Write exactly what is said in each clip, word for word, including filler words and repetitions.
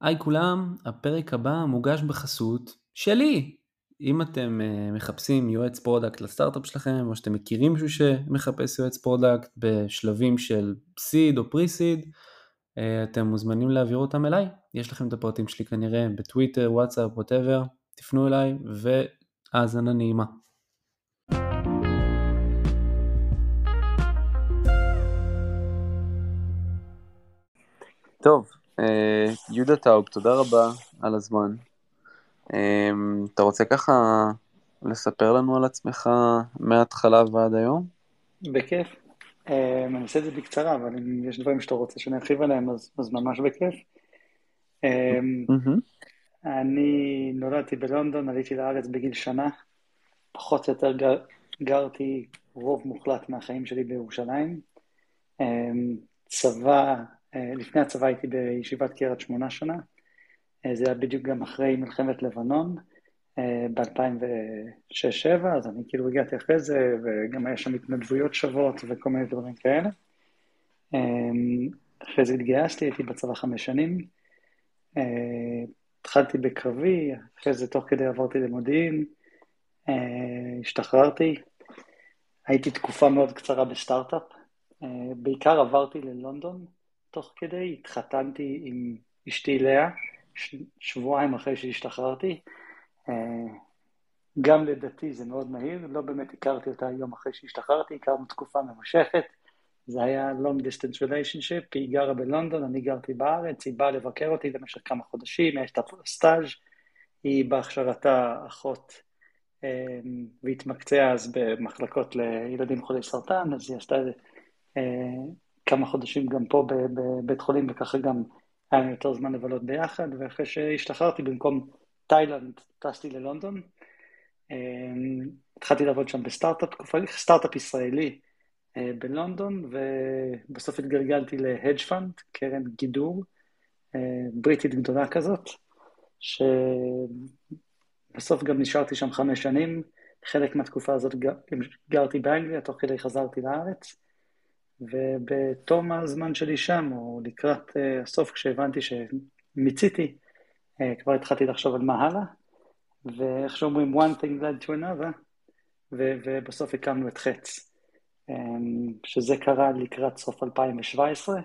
היי כולם, הפרק הבא מוגש בחסות שלי. אם אתם uh, מחפשים יועץ פרודקט לסטארט-אפ שלכם, או שאתם מכירים מישהו שמחפש יועץ פרודקט בשלבים של סיד או פרי-סיד, uh, אתם מוזמנים להעביר אותם אליי. יש לכם את הפרטים שלי כנראה בטוויטר, וואטסאפ, whatever. תפנו אליי והאזנה נעימה. טוב, יהודה טאוב, תודה רבה על הזמן. אתה רוצה ככה לספר לנו על עצמך מההתחלה ועד היום? בכיף. אני אעשה את זה בקצרה, אבל אם יש דברים שאתה רוצה שאני ארחיב עליהם, אז, אז ממש בכיף. אני נולדתי בלונדון, עליתי לארץ בגיל שנה, פחות או יותר גר, גרתי רוב מוחלט מהחיים שלי בירושלים. צבא, לפני הצבא הייתי בישיבת קריית שמונה שנה, זה היה בדיוק גם אחרי מלחמת לבנון, ב-אלפיים ושש שבע, אז אני כאילו הגעתי אחרי זה, וגם היה שם התנדבויות שוות וכל מיני דברים כאלה. אחרי זה התגייסתי, הייתי בצבא חמש שנים, התחלתי בקרבי, אחרי זה תוך כדי עברתי למודיעין, השתחררתי, הייתי תקופה מאוד קצרה בסטארט-אפ, בעיקר עברתי ללונדון, תוך כדי התחתנתי עם אשתי לאה, שבועיים אחרי שהשתחררתי, גם לדעתי זה מאוד מהיר, לא באמת הכרתי אותה יום אחרי שהשתחררתי, הכרנו תקופה ממושכת, זה היה long distance relationship, היא גרה בלונדון, אני גרתי בארץ, היא באה לבקר אותי למשך כמה חודשים, יש את הסטאז', היא בהכשרתה אחות, והתמקצעה אז במחלקות לילדים חולי סרטן, אז היא עשתה כמה חודשים גם פה בבית חולים, וככה גם היה יותר זמן לבלות ביחד, ואחרי שהשתחררתי במקום תאילנד, טסתי ללונדון, התחלתי לעבוד שם בסטארט-אפ, סטארט-אפ ישראלי בלונדון, ובסוף התגלגלתי להדג' פאנד, קרן גידור, בריטית גדולה כזאת, שבסוף גם נשארתי שם חמש שנים, חלק מהתקופה הזאת גרתי באנגליה, תוך כדי חזרתי לארץ, ובתום הזמן שלי שם, או לקראת הסוף, כשהבנתי שמיציתי, כבר התחלתי לחשוב על מה הלאה, ואיך שאומרים, one thing led to another, ו- ובסוף הקמנו את חץ, שזה קרה לקראת סוף אלפיים שבע עשרה,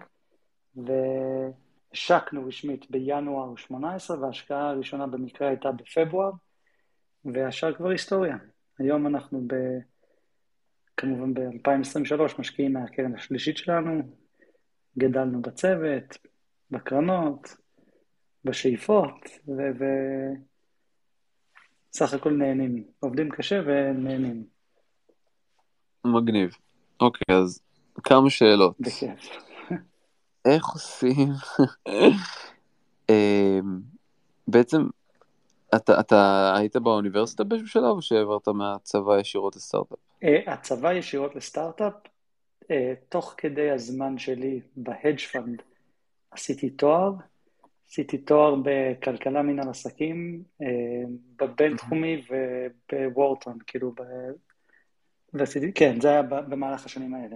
והשקנו רשמית בינואר שמונה עשרה, וההשקעה הראשונה במקרה הייתה בפברואר, והשאר כבר היסטוריה. היום אנחנו ב... כמובן ב-אלפיים עשרים ושלוש משקיעים מהקרן השלישית שלנו, גדלנו בצוות, בקרנות, בשאיפות, ו... ו- סך הכל נהנים, עובדים קשה ונהנים. מגניב. אוקיי, אז כמה שאלות. בכיף. איך עושים? בעצם, אתה, אתה היית באוניברסיטה באיזשהו שלב, או שהעברת מהצבא ישירות לסטארט-אפ? הצבא ישירות לסטארט-אפ, תוך כדי הזמן שלי בהדג' פאנד עשיתי תואר, עשיתי תואר בכלכלה מנהל עסקים, בבינתחומי ובוורטון, כאילו, ב... ועשיתי, כן, זה היה במהלך השנים האלה.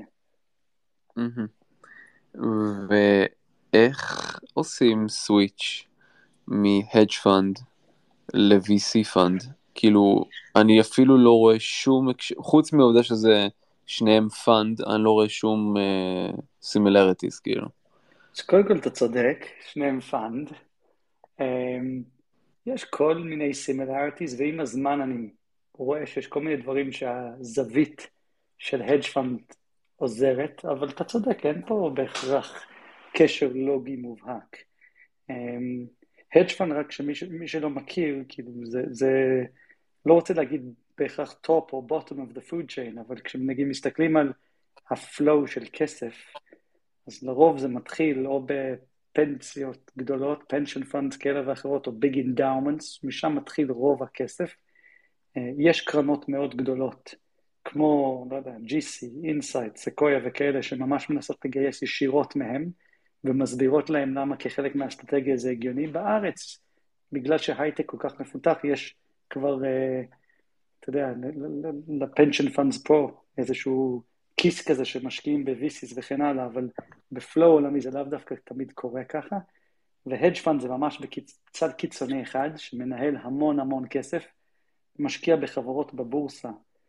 ואיך עושים סוויץ' מ-hedge fund ל-וי סי fund? כאילו, אני אפילו לא רואה שום, חוץ מהעובדה שזה שניהם fund, אני לא רואה שום uh, similarities, כאילו. אז קודם כל אתה צודק, שניהם fund. Um, יש כל מיני similarities, ועם הזמן אני רואה שיש כל מיני דברים שהזווית של hedge fund עוזרת, אבל אתה צודק, אין פה בהכרח קשר לוגי מובהק. hedge fund, רק שמי מי שלא מכיר, כאילו זה, זה לא רוצה להגיד בהכרח top או bottom of the food chain, אבל כשנגיד מסתכלים על הפלואו של כסף, אז לרוב זה מתחיל או בפנסיות גדולות, פנשן פונדס כאלה ואחרות, או ביג אינדאומנטס, משם מתחיל רוב הכסף. יש קרנות מאוד גדולות, כמו, לא יודע, ג'י סי, אינסייט, סקויה וכאלה, שממש מנסות לגייס ישירות מהם, ומסבירות להם למה כחלק מהאסטרטגיה זה הגיוני. בארץ, בגלל שהייטק כל כך מפותח, יש כבר, אתה יודע, לפנשן פונדס פה, איזשהו כיס כזה שמשקיעים ב-וי סי'ס וכן הלאה, אבל בפלואו עולמי זה לאו דווקא תמיד קורה ככה. והדג' פאנד זה ממש בצד קיצוני אחד, שמנהל המון המון כסף, משקיע בחברות בבורסה.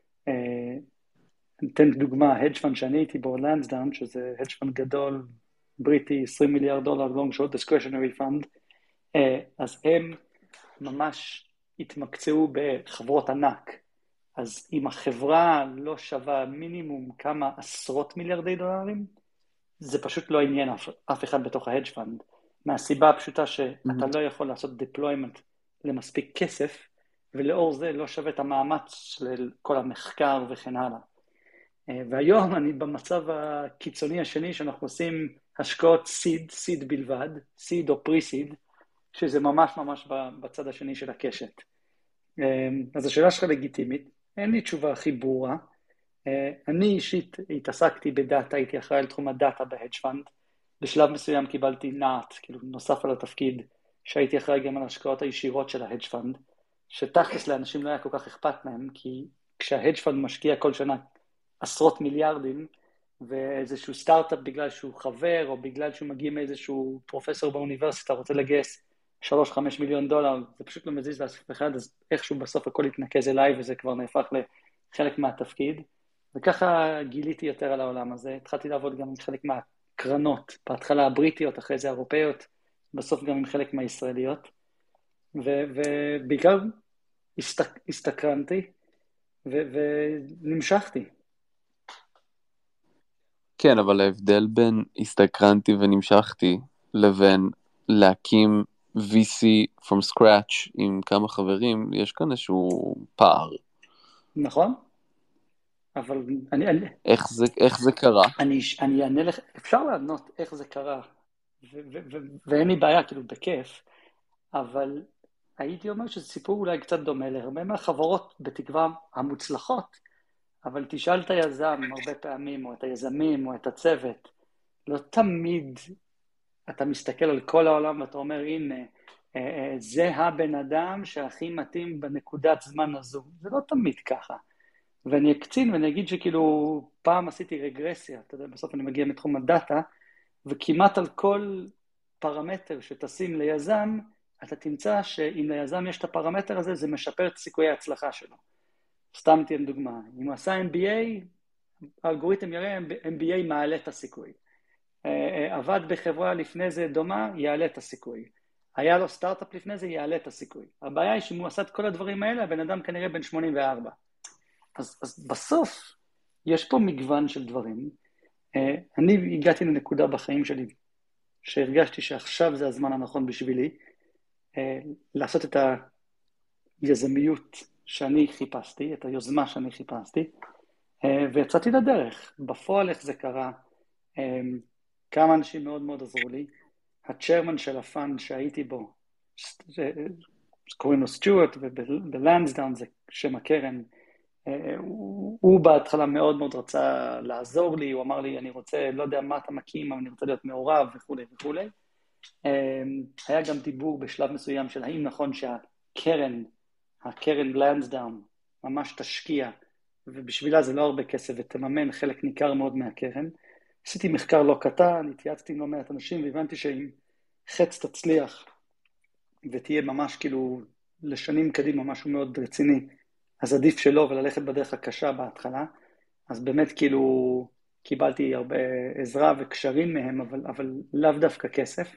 ניתן דוגמה, הדג' פאנד שאני הייתי בו, לנסדאון, שזה הדג' פאנד גדול, בריטי, עשרים מיליארד דולר, long short discretionary fund, אז הם ממש התמקצעו בחברות ענק. אז אם החברה לא שווה מינימום כמה עשרות מיליארדי דולרים, זה פשוט לא עניין אף, אף אחד בתוך ההדג' פאנד. מהסיבה הפשוטה שאתה לא יכול לעשות deployment למספיק כסף, ולאור זה לא שווה את המאמץ של כל המחקר וכן הלאה. והיום אני במצב הקיצוני השני שאנחנו עושים השקעות סיד, סיד בלבד, סיד או פרי-סיד, שזה ממש ממש בצד השני של הקשת. אז השאלה שלך לגיטימית, אין לי תשובה הכי ברורה. אני אישית התעסקתי בדאטה, הייתי אחראי על תחום הדאטה בהדג' פאנד. בשלב מסוים קיבלתי נעט, כאילו נוסף על התפקיד, שהייתי אחראי גם על ההשקעות הישירות של ההדג' פאנד, שתכלס לאנשים לא היה כל כך אכפת מהם, כי כשההדג' פאנד משקיע כל שנה עשרות מיליארדים, ואיזשהו סטארט-אפ בגלל שהוא חבר, או בגלל שהוא מגיע מאיזשהו פרופסור באוניברסיטה, רוצה לגייס שלוש חמש מיליון דולר, זה פשוט לא מזיז לאף אחד, אז איכשהו בסוף הכל יתנקז אליי, וזה כבר נהפך לחלק מהתפקיד, וככה גיליתי יותר על העולם הזה, התחלתי לעבוד גם עם חלק מהקרנות, בהתחלה הבריטיות, אחרי זה האירופאיות, בסוף גם עם חלק מהישראליות, ו- ובעיקר הסתק- הסתקרנתי, ו- ונמשכתי. כן, אבל ההבדל בין הסתקרנתי ונמשכתי לבין להקים וי סי from scratch עם כמה חברים, יש כאן איזשהו פער. נכון? אבל אני, אני, איך זה, איך זה קרה? אני, אני אענה לך, אפשר לענות איך זה קרה, ו- ו- ו- ואין לי בעיה, כאילו, בכיף, אבל הייתי אומר שזה סיפור אולי קצת דומה להרבה מהחברות בתקווה המוצלחות, אבל תשאל את היזם הרבה פעמים, או את היזמים, או את הצוות, לא תמיד אתה מסתכל על כל העולם ואתה אומר, הנה, זה הבן אדם שהכי מתאים בנקודת זמן הזו. זה לא תמיד ככה. ואני אקצין ואני אגיד שכאילו פעם עשיתי רגרסיה, אתה יודע, בסוף אני מגיע מתחום הדאטה, וכמעט על כל פרמטר שתשים ליזם, אתה תמצא שאם ליזם יש את הפרמטר הזה, זה משפר את סיכויי ההצלחה שלו. סתם תהיה דוגמה, אם הוא עשה אם בי איי, האלגוריתם יראה אם בי איי מעלה את הסיכוי. עבד בחברה לפני זה דומה, יעלה את הסיכוי. היה לו סטארט-אפ לפני זה, יעלה את הסיכוי. הבעיה היא שאם הוא עשה את כל הדברים האלה, הבן אדם כנראה בן שמונים וארבע. אז, אז בסוף יש פה מגוון של דברים. אני הגעתי לנקודה בחיים שלי, שהרגשתי שעכשיו זה הזמן הנכון בשבילי, לעשות את היזמיות שאני חיפשתי, את היוזמה שאני חיפשתי, ויצאתי לדרך. בפועל איך זה קרה, כמה אנשים מאוד מאוד עזרו לי. הצ'רמן של הפאנד שהייתי בו, קוראים לו סטוארט, ובלנסדאון זה שם הקרן, הוא, הוא בהתחלה מאוד מאוד רצה לעזור לי, הוא אמר לי, אני רוצה, לא יודע מה אתה מקים, אבל אני רוצה להיות מעורב וכו' וכו'. היה גם דיבור בשלב מסוים של האם נכון שהקרן, הקרן לנסדאון, ממש תשקיע, ובשבילה זה לא הרבה כסף, ותממן חלק ניכר מאוד מהקרן. עשיתי מחקר לא קטן, התייעצתי עם לא מעט אנשים, והבנתי שאם חץ תצליח, ותהיה ממש כאילו לשנים קדימה משהו מאוד רציני, אז עדיף שלא וללכת בדרך הקשה בהתחלה. אז באמת כאילו קיבלתי הרבה עזרה וקשרים מהם, אבל, אבל לאו דווקא כסף.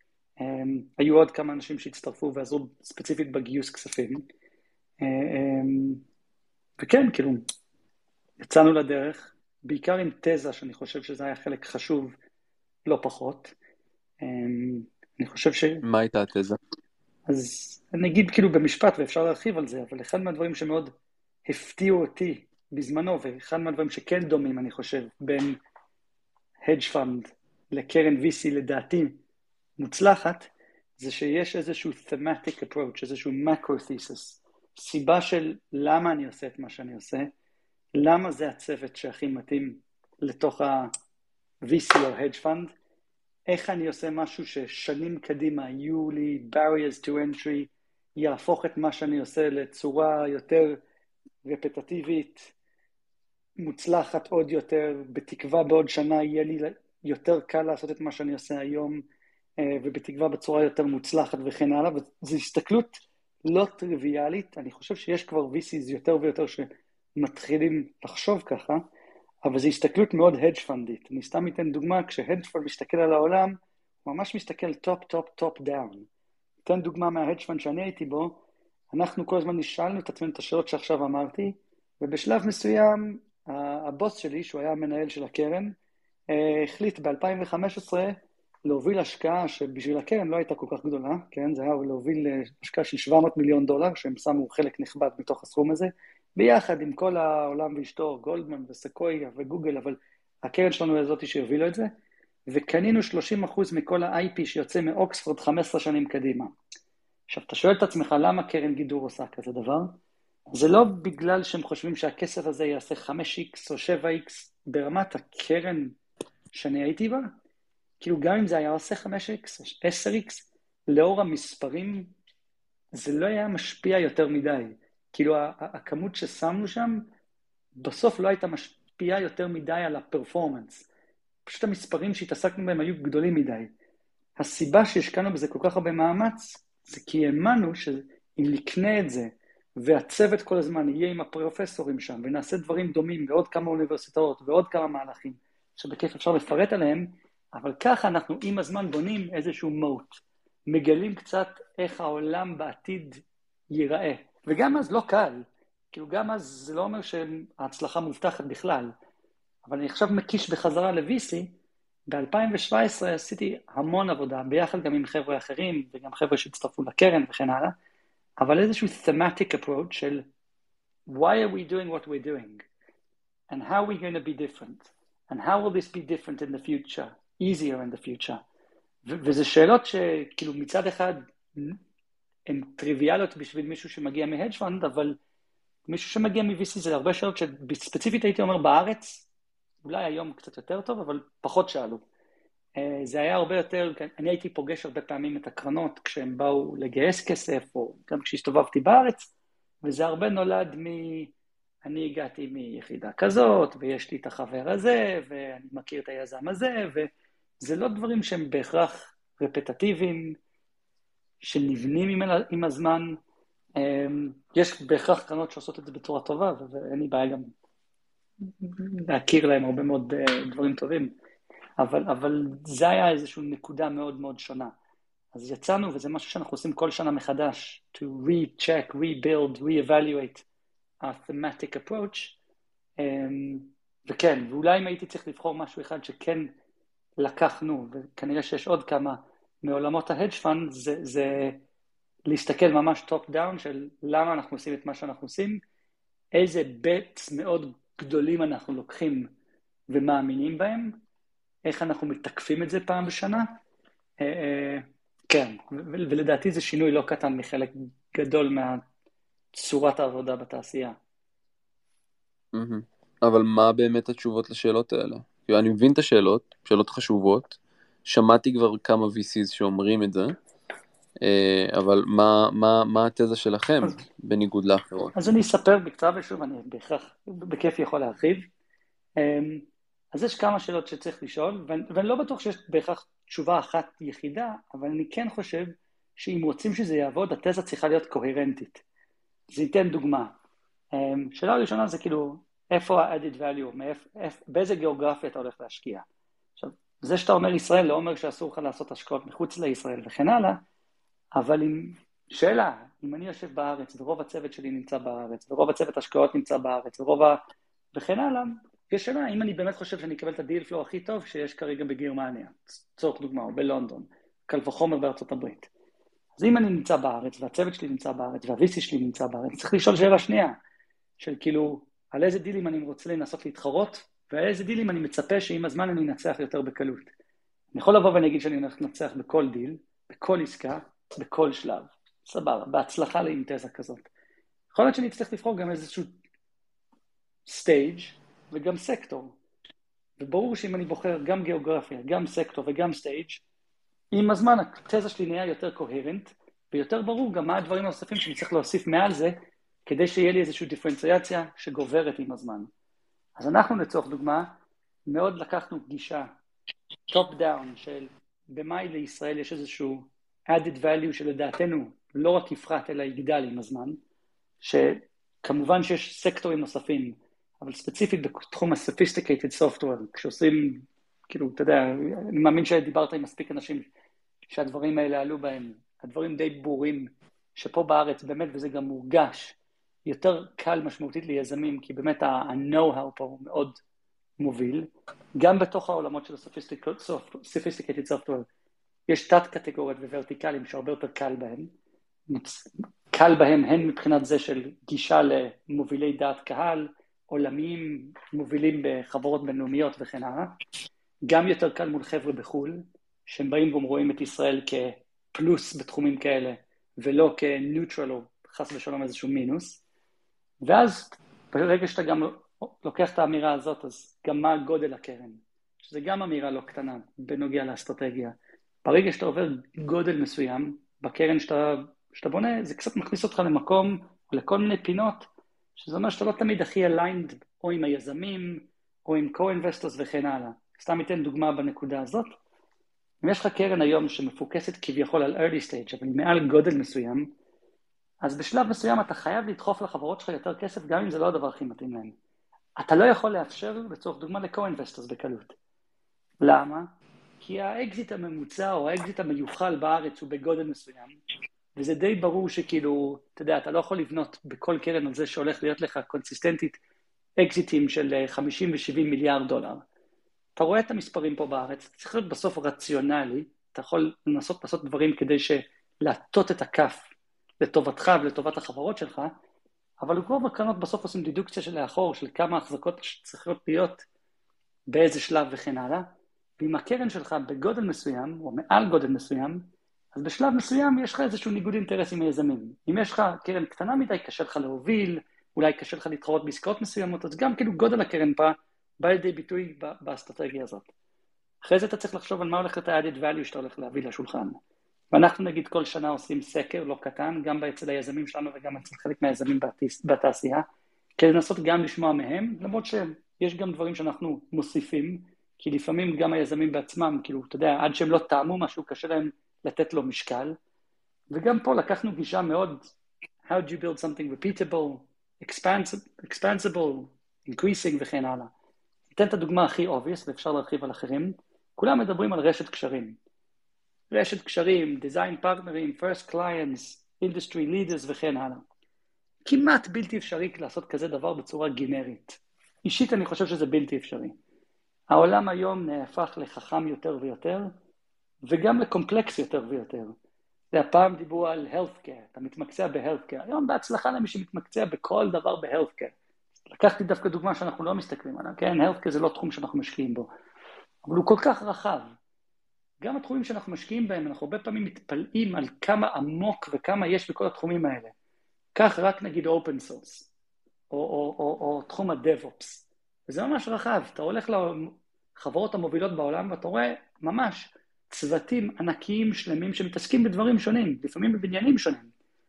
היו עוד כמה אנשים שהצטרפו ועזרו ספציפית בגיוס כספים. וכן, כאילו, יצאנו לדרך, בעיקר עם תזה, שאני חושב שזה היה חלק חשוב, לא פחות. אני חושב ש... מה הייתה התזה? אז אני אגיד כאילו במשפט, ואפשר להרחיב על זה, אבל אחד מהדברים שמאוד הפתיעו אותי בזמנו, ואחד מהדברים שכן דומים, אני חושב, בין hedge fund לקרן וי סי לדעתי מוצלחת, זה שיש איזשהו thematic approach, איזשהו macro thesis, סיבה של למה אני עושה את מה שאני עושה, למה זה הצוות שהכי מתאים לתוך ה-וי סי או hedge fund, איך אני עושה משהו ששנים קדימה יהיו לי barriers to entry, יהפוך את מה שאני עושה לצורה יותר רפטטיבית, מוצלחת עוד יותר, בתקווה בעוד שנה יהיה לי יותר קל לעשות את מה שאני עושה היום, ובתקווה בצורה יותר מוצלחת וכן הלאה, וזו הסתכלות לא טריוויאלית, אני חושב שיש כבר וי סי'ס יותר ויותר שמתחילים לחשוב ככה, אבל זו הסתכלות מאוד hedge fundית. אני סתם אתן דוגמה, כשה-hedge fund מסתכל על העולם, הוא ממש מסתכל טופ, טופ, טופ דאון. אתן דוגמה מה-hedge fund שאני הייתי בו, אנחנו כל הזמן נשאלנו את עצמנו את השאלות שעכשיו אמרתי, ובשלב מסוים, הבוס שלי, שהוא היה המנהל של הקרן, החליט ב-אלפיים וחמש עשרה להוביל השקעה שבשביל הקרן לא הייתה כל כך גדולה, כן? זה היה להוביל השקעה של שבע מאות מיליון דולר, שהם שמו חלק נכבד מתוך הסכום הזה, ביחד עם כל העולם ואשתו, גולדמן וסקויה וגוגל, אבל הקרן שלנו היא זאת שהובילו את זה, וקנינו שלושים אחוז מכל ה-איי פי שיוצא מאוקספורד חמש עשרה שנים קדימה. עכשיו, אתה שואל את עצמך למה קרן גידור עושה כזה דבר? זה לא בגלל שהם חושבים שהכסף הזה יעשה חמש איקס או שבע איקס ברמת הקרן שאני הייתי בה, כאילו גם אם זה היה עושה חמש איקס או עשר איקס, לאור המספרים, זה לא היה משפיע יותר מדי. כאילו הכמות ששמנו שם, בסוף לא הייתה משפיעה יותר מדי על הפרפורמנס. פשוט המספרים שהתעסקנו בהם היו גדולים מדי. הסיבה שהשקענו בזה כל כך הרבה מאמץ, זה כי האמנו שאם נקנה את זה, והצוות כל הזמן יהיה עם הפרופסורים שם, ונעשה דברים דומים בעוד כמה אוניברסיטאות ועוד כמה מהלכים, שבכיף אפשר לפרט עליהם, אבל ככה אנחנו עם הזמן בונים איזשהו מהות, מגלים קצת איך העולם בעתיד ייראה, וגם אז לא קל, כאילו גם אז זה לא אומר שההצלחה מובטחת בכלל, אבל אני עכשיו מקיש בחזרה ל-וי סי, ב-אלפיים שבע עשרה עשיתי המון עבודה, ביחד גם עם חבר'ה אחרים, וגם חבר'ה שהצטרפו לקרן וכן הלאה, אבל איזשהו thematic approach של why are we doing what we're doing, and how are we going to be different, and how will this be different in the future, easier in the future, ו- וזה שאלות שכאילו מצד אחד הן טריוויאליות בשביל מישהו שמגיע מ-hedge fund, אבל מישהו שמגיע מ-וי סי זה הרבה שאלות שספציפית הייתי אומר בארץ, אולי היום קצת יותר טוב, אבל פחות שאלו. זה היה הרבה יותר, אני הייתי פוגש הרבה פעמים את הקרנות כשהם באו לגייס כסף, או גם כשהסתובבתי בארץ, וזה הרבה נולד מ... אני הגעתי מיחידה כזאת, ויש לי את החבר הזה, ואני מכיר את היזם הזה, וזה לא דברים שהם בהכרח רפטטיביים, שנבנים עם, עם הזמן. יש בהכרח קרנות שעושות את זה בצורה טובה, ואין לי בעיה גם להכיר להם הרבה מאוד דברים טובים. אבל, אבל זה היה איזושהי נקודה מאוד מאוד שונה. אז יצאנו, וזה משהו שאנחנו עושים כל שנה מחדש, to re-check, rebuild, re-evaluate a thematic approach, וכן, ואולי אם הייתי צריך לבחור משהו אחד שכן לקחנו, וכנראה שיש עוד כמה מעולמות ה-hedge fund, זה, זה להסתכל ממש top down של למה אנחנו עושים את מה שאנחנו עושים, איזה bets מאוד גדולים אנחנו לוקחים ומאמינים בהם, איך אנחנו מתקפים את זה פעם בשנה, כן, ולדעתי זה שינוי לא קטן מחלק גדול מהצורת העבודה בתעשייה. אבל מה באמת התשובות לשאלות האלה? אני מבין את השאלות, שאלות חשובות, שמעתי כבר כמה וי סי'ס שאומרים את זה, אבל מה, מה, מה התזה שלכם בניגוד לאחרות? אז אני אספר בקצרה ושוב, אני בהכרח, בכיף יכול להרחיב. אז יש כמה שאלות שצריך לשאול, ואני לא בטוח שיש בהכרח תשובה אחת יחידה, אבל אני כן חושב שאם רוצים שזה יעבוד, התזה צריכה להיות קוהרנטית. אז ניתן דוגמה. שאלה הראשונה זה כאילו, איפה ה-added value, מאיפ, איפ, באיזה גיאוגרפיה אתה הולך להשקיע. עכשיו, זה שאתה אומר ישראל לא אומר שאסור לך לעשות השקעות מחוץ לישראל וכן הלאה, אבל אם, שאלה, אם אני יושב בארץ ורוב הצוות שלי נמצא בארץ, ורוב הצוות השקעות נמצא בארץ, ורוב ה... וכן הלאה, יש שאלה, אם אני באמת חושב שאני אקבל את הדיל פלו הכי טוב שיש כרגע בגרמניה, צורך דוגמה, או בלונדון, קל וחומר בארצות הברית. אז אם אני נמצא בארץ, והצוות שלי נמצא בארץ, וה-וי סי שלי נמצא בארץ, צריך לשאול שאלה שנייה, של כאילו, על איזה דילים אני רוצה לנסות להתחרות, ועל איזה דילים אני מצפה שעם הזמן אני אנצח יותר בקלות. אני יכול לבוא ואני אגיד שאני הולך לנצח בכל דיל, בכל עסקה, בכל שלב. סבבה, בהצלחה לאינטזה כזאת. יכול להיות שאני אצטרך לבחור גם איזשהו סטייג' וגם סקטור. וברור שאם אני בוחר גם גיאוגרפיה, גם סקטור וגם סטייג', עם הזמן התזה שלי נהיה יותר קוהרנט, ויותר ברור גם מה הדברים הנוספים שאני צריך להוסיף מעל זה, כדי שיהיה לי איזושהי דיפרנציאציה שגוברת עם הזמן. אז אנחנו לצורך דוגמה, מאוד לקחנו גישה טופ דאון של במאי לישראל יש איזשהו added value שלדעתנו לא רק יפחת אלא יגדל עם הזמן, שכמובן שיש סקטורים נוספים, אבל ספציפית בתחום ה-sophisticated software, כשעושים, כאילו, אתה יודע, אני מאמין שדיברת עם מספיק אנשים שהדברים האלה עלו בהם, הדברים די ברורים, שפה בארץ באמת, וזה גם מורגש, יותר קל משמעותית ליזמים, כי באמת ה-know-how פה הוא מאוד מוביל, גם בתוך העולמות של ה-sophisticated software, יש תת קטגוריות וורטיקלים שהרבה יותר קל בהם, קל בהם הן מבחינת זה של גישה למובילי דעת קהל, עולמיים מובילים בחברות בינלאומיות וכן הלאה, גם יותר קל מול חבר'ה בחול, שהם באים ורואים את ישראל כפלוס בתחומים כאלה, ולא כניוטרל או חס ושלום איזשהו מינוס, ואז ברגע שאתה גם לוקח את האמירה הזאת, אז גם מה גודל הקרן, שזה גם אמירה לא קטנה בנוגע לאסטרטגיה. ברגע שאתה עובר גודל מסוים, בקרן שאתה, שאתה בונה, זה קצת מכניס אותך למקום, או לכל מיני פינות, שזה אומר שאתה לא תמיד הכי aligned, או עם היזמים, או עם co-investors וכן הלאה. סתם אתן דוגמה בנקודה הזאת. אם יש לך קרן היום שמפוקסת כביכול על early stage, אבל היא מעל גודל מסוים, אז בשלב מסוים אתה חייב לדחוף לחברות שלך יותר כסף, גם אם זה לא הדבר הכי מתאים להם. אתה לא יכול לאפשר, לצורך דוגמה, ל-co-investors בקלות. למה? כי האקזיט הממוצע או האקזיט המיוחל בארץ הוא בגודל מסוים, וזה די ברור שכאילו, אתה יודע, אתה לא יכול לבנות בכל קרן על זה שהולך להיות לך קונסיסטנטית אקזיטים של חמישים ו-שבעים מיליארד דולר. אתה רואה את המספרים פה בארץ, צריך להיות בסוף רציונלי, אתה יכול לנסות לעשות דברים כדי שלהטות את הכף לטובתך ולטובת החברות שלך, אבל רוב הקרנות בסוף עושים דידוקציה של לאחור, של כמה החזקות צריכות להיות באיזה שלב וכן הלאה, ואם הקרן שלך בגודל מסוים, או מעל גודל מסוים, אז בשלב מסוים יש לך איזשהו ניגוד אינטרס עם היזמים. אם יש לך קרן קטנה מדי, קשה לך להוביל, אולי קשה לך להתחרות בעסקאות מסוימות, אז גם כאילו גודל הקרן פה, בא לידי ביטוי באסטרטגיה הזאת. אחרי זה אתה צריך לחשוב על מה הולך להיות ה-added value שאתה הולך להביא לשולחן. ואנחנו נגיד כל שנה עושים סקר לא קטן, גם אצל היזמים שלנו וגם אצל חלק מהיזמים בתעשייה, כדי לנסות גם לשמוע מהם, למרות שיש גם דברים שאנחנו מוסיפים, כי לפעמים גם היזמים בעצמם, כאילו, אתה יודע, עד שהם לא טעמו משהו, קשה להם לתת לו משקל. וגם פה לקחנו גישה מאוד, how do you build something repeatable, expansible, expansible, increasing וכן הלאה. ניתן את הדוגמה הכי obvious, ואפשר להרחיב על אחרים. כולם מדברים על רשת קשרים. רשת קשרים, design partnering, first clients, industry leaders וכן הלאה. כמעט בלתי אפשרי לעשות כזה דבר בצורה גנרית. אישית אני חושב שזה בלתי אפשרי. העולם היום נהפך לחכם יותר ויותר, וגם לקומפלקס יותר ויותר. הפעם דיברו על healthcare, אתה מתמקצע ב-healthcare. היום בהצלחה למי שמתמקצע בכל דבר ב-healthcare. לקחתי דווקא דוגמה שאנחנו לא מסתכלים עליה, כן? healthcare זה לא תחום שאנחנו משקיעים בו, אבל הוא כל כך רחב. גם התחומים שאנחנו משקיעים בהם, אנחנו הרבה פעמים מתפלאים על כמה עמוק וכמה יש בכל התחומים האלה. כך רק נגיד open source, או, או, או, או תחום ה-DevOps. וזה ממש רחב, אתה הולך לחברות המובילות בעולם, ואתה רואה ממש צוותים ענקיים שלמים שמתעסקים בדברים שונים, לפעמים בבניינים שונים.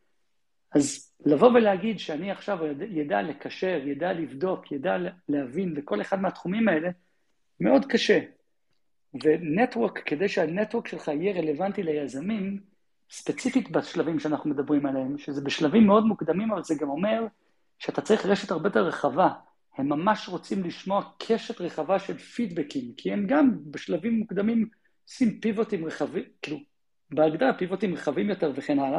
אז לבוא ולהגיד שאני עכשיו ידע לקשר, ידע לבדוק, ידע להבין בכל אחד מהתחומים האלה, מאוד קשה. ונטוורק, כדי שהנטוורק שלך יהיה רלוונטי ליזמים, ספציפית בשלבים שאנחנו מדברים עליהם, שזה בשלבים מאוד מוקדמים, אבל זה גם אומר שאתה צריך רשת הרבה יותר רחבה. הם ממש רוצים לשמוע קשת רחבה של פידבקים, כי הם גם בשלבים מוקדמים עושים פיבוטים רחבים, כאילו, בהגדרה פיבוטים רחבים יותר וכן הלאה.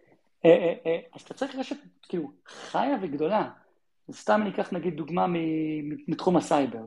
אז אתה צריך רשת, כאילו, חיה וגדולה. סתם אני אקח נגיד דוגמה מתחום הסייבר.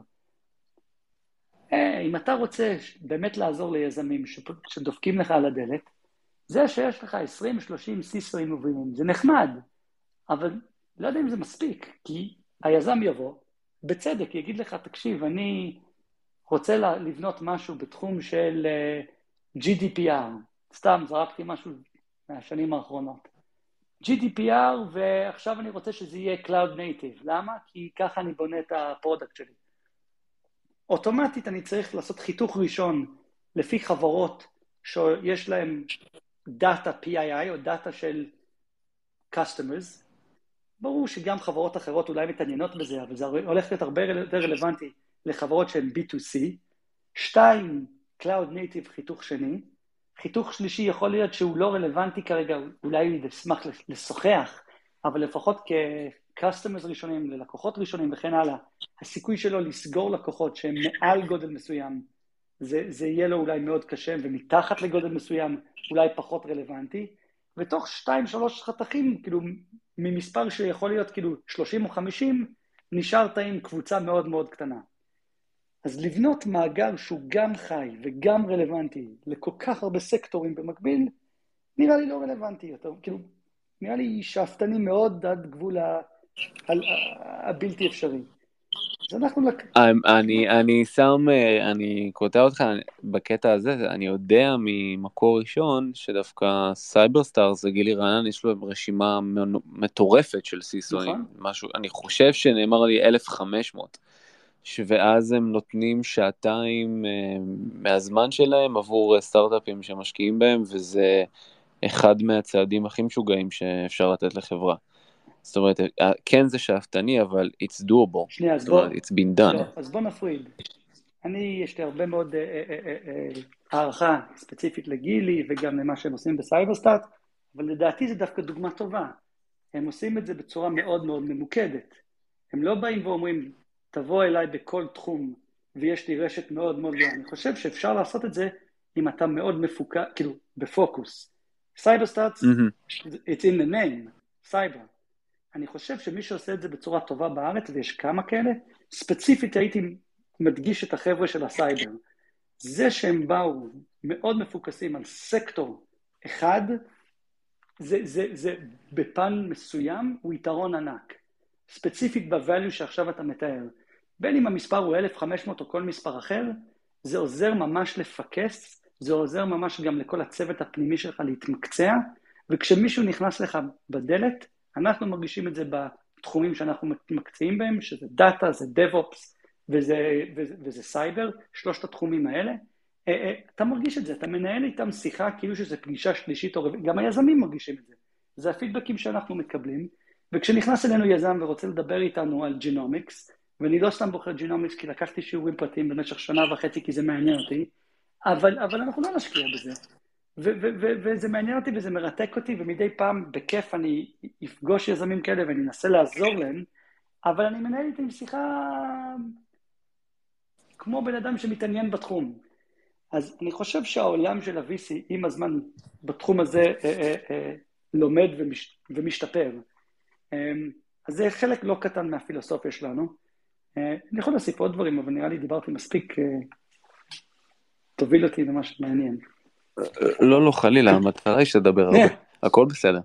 אם אתה רוצה באמת לעזור ליזמים שדופקים לך על הדלת, זה שיש לך עשרים שלושים סיסויים מובילים, זה נחמד, אבל לא יודע אם זה מספיק, כי היזם יבוא, בצדק יגיד לך, תקשיב, אני רוצה לבנות משהו בתחום של ג'י די פי אר, סתם זרקתי משהו מהשנים האחרונות. ג'י די פי אר, ועכשיו אני רוצה שזה יהיה Cloud Native. למה? כי ככה אני בונה את הפרודקט שלי. אוטומטית אני צריך לעשות חיתוך ראשון לפי חברות שיש להם דאטה פי איי איי או דאטה של customers. ברור שגם חברות אחרות אולי מתעניינות בזה, אבל זה הולך להיות הרבה יותר רלוונטי לחברות שהן בי טו סי. שתיים, Cloud Native חיתוך שני, חיתוך שלישי יכול להיות שהוא לא רלוונטי כרגע, אולי נשמח לשוחח, אבל לפחות כ-customers ראשונים, ללקוחות ראשונים וכן הלאה, הסיכוי שלו לסגור לקוחות שהם מעל גודל מסוים, זה, זה יהיה לו אולי מאוד קשה, ומתחת לגודל מסוים אולי פחות רלוונטי, ותוך שתיים, שלוש חתכים, כאילו ממספר שיכול להיות כאילו שלושים או חמישים, נשארת עם קבוצה מאוד מאוד קטנה. אז לבנות מאגר שהוא גם חי וגם רלוונטי לכל כך הרבה סקטורים במקביל, נראה לי לא רלוונטי יותר, כאילו, נראה לי שאפתני מאוד עד גבול ה- ה- ה- הבלתי אפשרי. אז אנחנו לק... אני, אני שם, אני קוטע אותך בקטע הזה, אני יודע ממקור ראשון שדווקא סייברסטארס, גילי רענן, יש לו רשימה מטורפת של סיסויים, נכון. משהו, אני חושב שנאמר לי אלף וחמש מאות, ואז הם נותנים שעתיים מהזמן שלהם עבור סטארט-אפים שמשקיעים בהם, וזה אחד מהצעדים הכי משוגעים שאפשר לתת לחברה. זאת אומרת, כן זה שאפתני, אבל it's doable. שנייה, אז זאת בוא... אומרת, it's been done. לא, אז בוא נפריד. אני, יש לי הרבה מאוד אה, אה, אה, אה, הערכה ספציפית לגילי, וגם למה שהם עושים בסייברסטארט, אבל לדעתי זה דווקא דוגמה טובה. הם עושים את זה בצורה מאוד מאוד ממוקדת. הם לא באים ואומרים, תבוא אליי בכל תחום, ויש לי רשת מאוד מאוד גדולה. אני חושב שאפשר לעשות את זה, אם אתה מאוד מפוקס, כאילו, בפוקוס. סייברסטארט, Mm-hmm. it's in the name, סייבר. אני חושב שמי שעושה את זה בצורה טובה בארץ, ויש כמה כאלה, ספציפית הייתי מדגיש את החבר'ה של הסייבר. זה שהם באו מאוד מפוקסים על סקטור אחד, זה, זה, זה בפן מסוים הוא יתרון ענק. ספציפית בvalue שעכשיו אתה מתאר. בין אם המספר הוא אלף וחמש מאות או כל מספר אחר, זה עוזר ממש לפקס, זה עוזר ממש גם לכל הצוות הפנימי שלך להתמקצע, וכשמישהו נכנס לך בדלת, אנחנו מרגישים את זה בתחומים שאנחנו מתמקצעים בהם, שזה דאטה, זה DevOps וזה, וזה, וזה סייבר, שלושת התחומים האלה. אתה מרגיש את זה, אתה מנהל איתם שיחה כאילו שזה פגישה שלישית או רביעית, גם היזמים מרגישים את זה. זה הפידבקים שאנחנו מקבלים, וכשנכנס אלינו יזם ורוצה לדבר איתנו על ג'ינומיקס, ואני לא סתם בוחר ג'ינומיקס כי לקחתי שיעורים פרטיים במשך שנה וחצי כי זה מעניין אותי, אבל, אבל אנחנו לא נשקיע בזה. ו- ו- ו- וזה מעניין אותי וזה מרתק אותי, ומדי פעם בכיף אני אפגוש יזמים כאלה ואני אנסה לעזור להם, אבל אני מנהל איתם שיחה כמו בן אדם שמתעניין בתחום. אז אני חושב שהעולם של ה-וי סי עם הזמן בתחום הזה אה, אה, אה, לומד ומש, ומשתפר. אה, אז זה חלק לא קטן מהפילוסופיה שלנו. אה, אני יכול להוסיף עוד דברים, אבל נראה לי דיברתי מספיק, אה, תוביל אותי למה שמעניין. לא, לא, חלילה, המטרה היא שתדבר הרבה, הכל בסדר.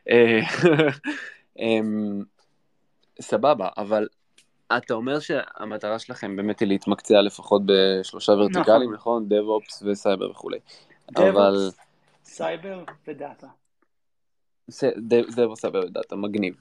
סבבה, אבל אתה אומר שהמטרה שלכם באמת היא להתמקצע לפחות בשלושה ורטיקלים, נכון? DevOps וסייבר וכולי. DevOps, סייבר ודאטה. DevOps, סייבר ודאטה, מגניב.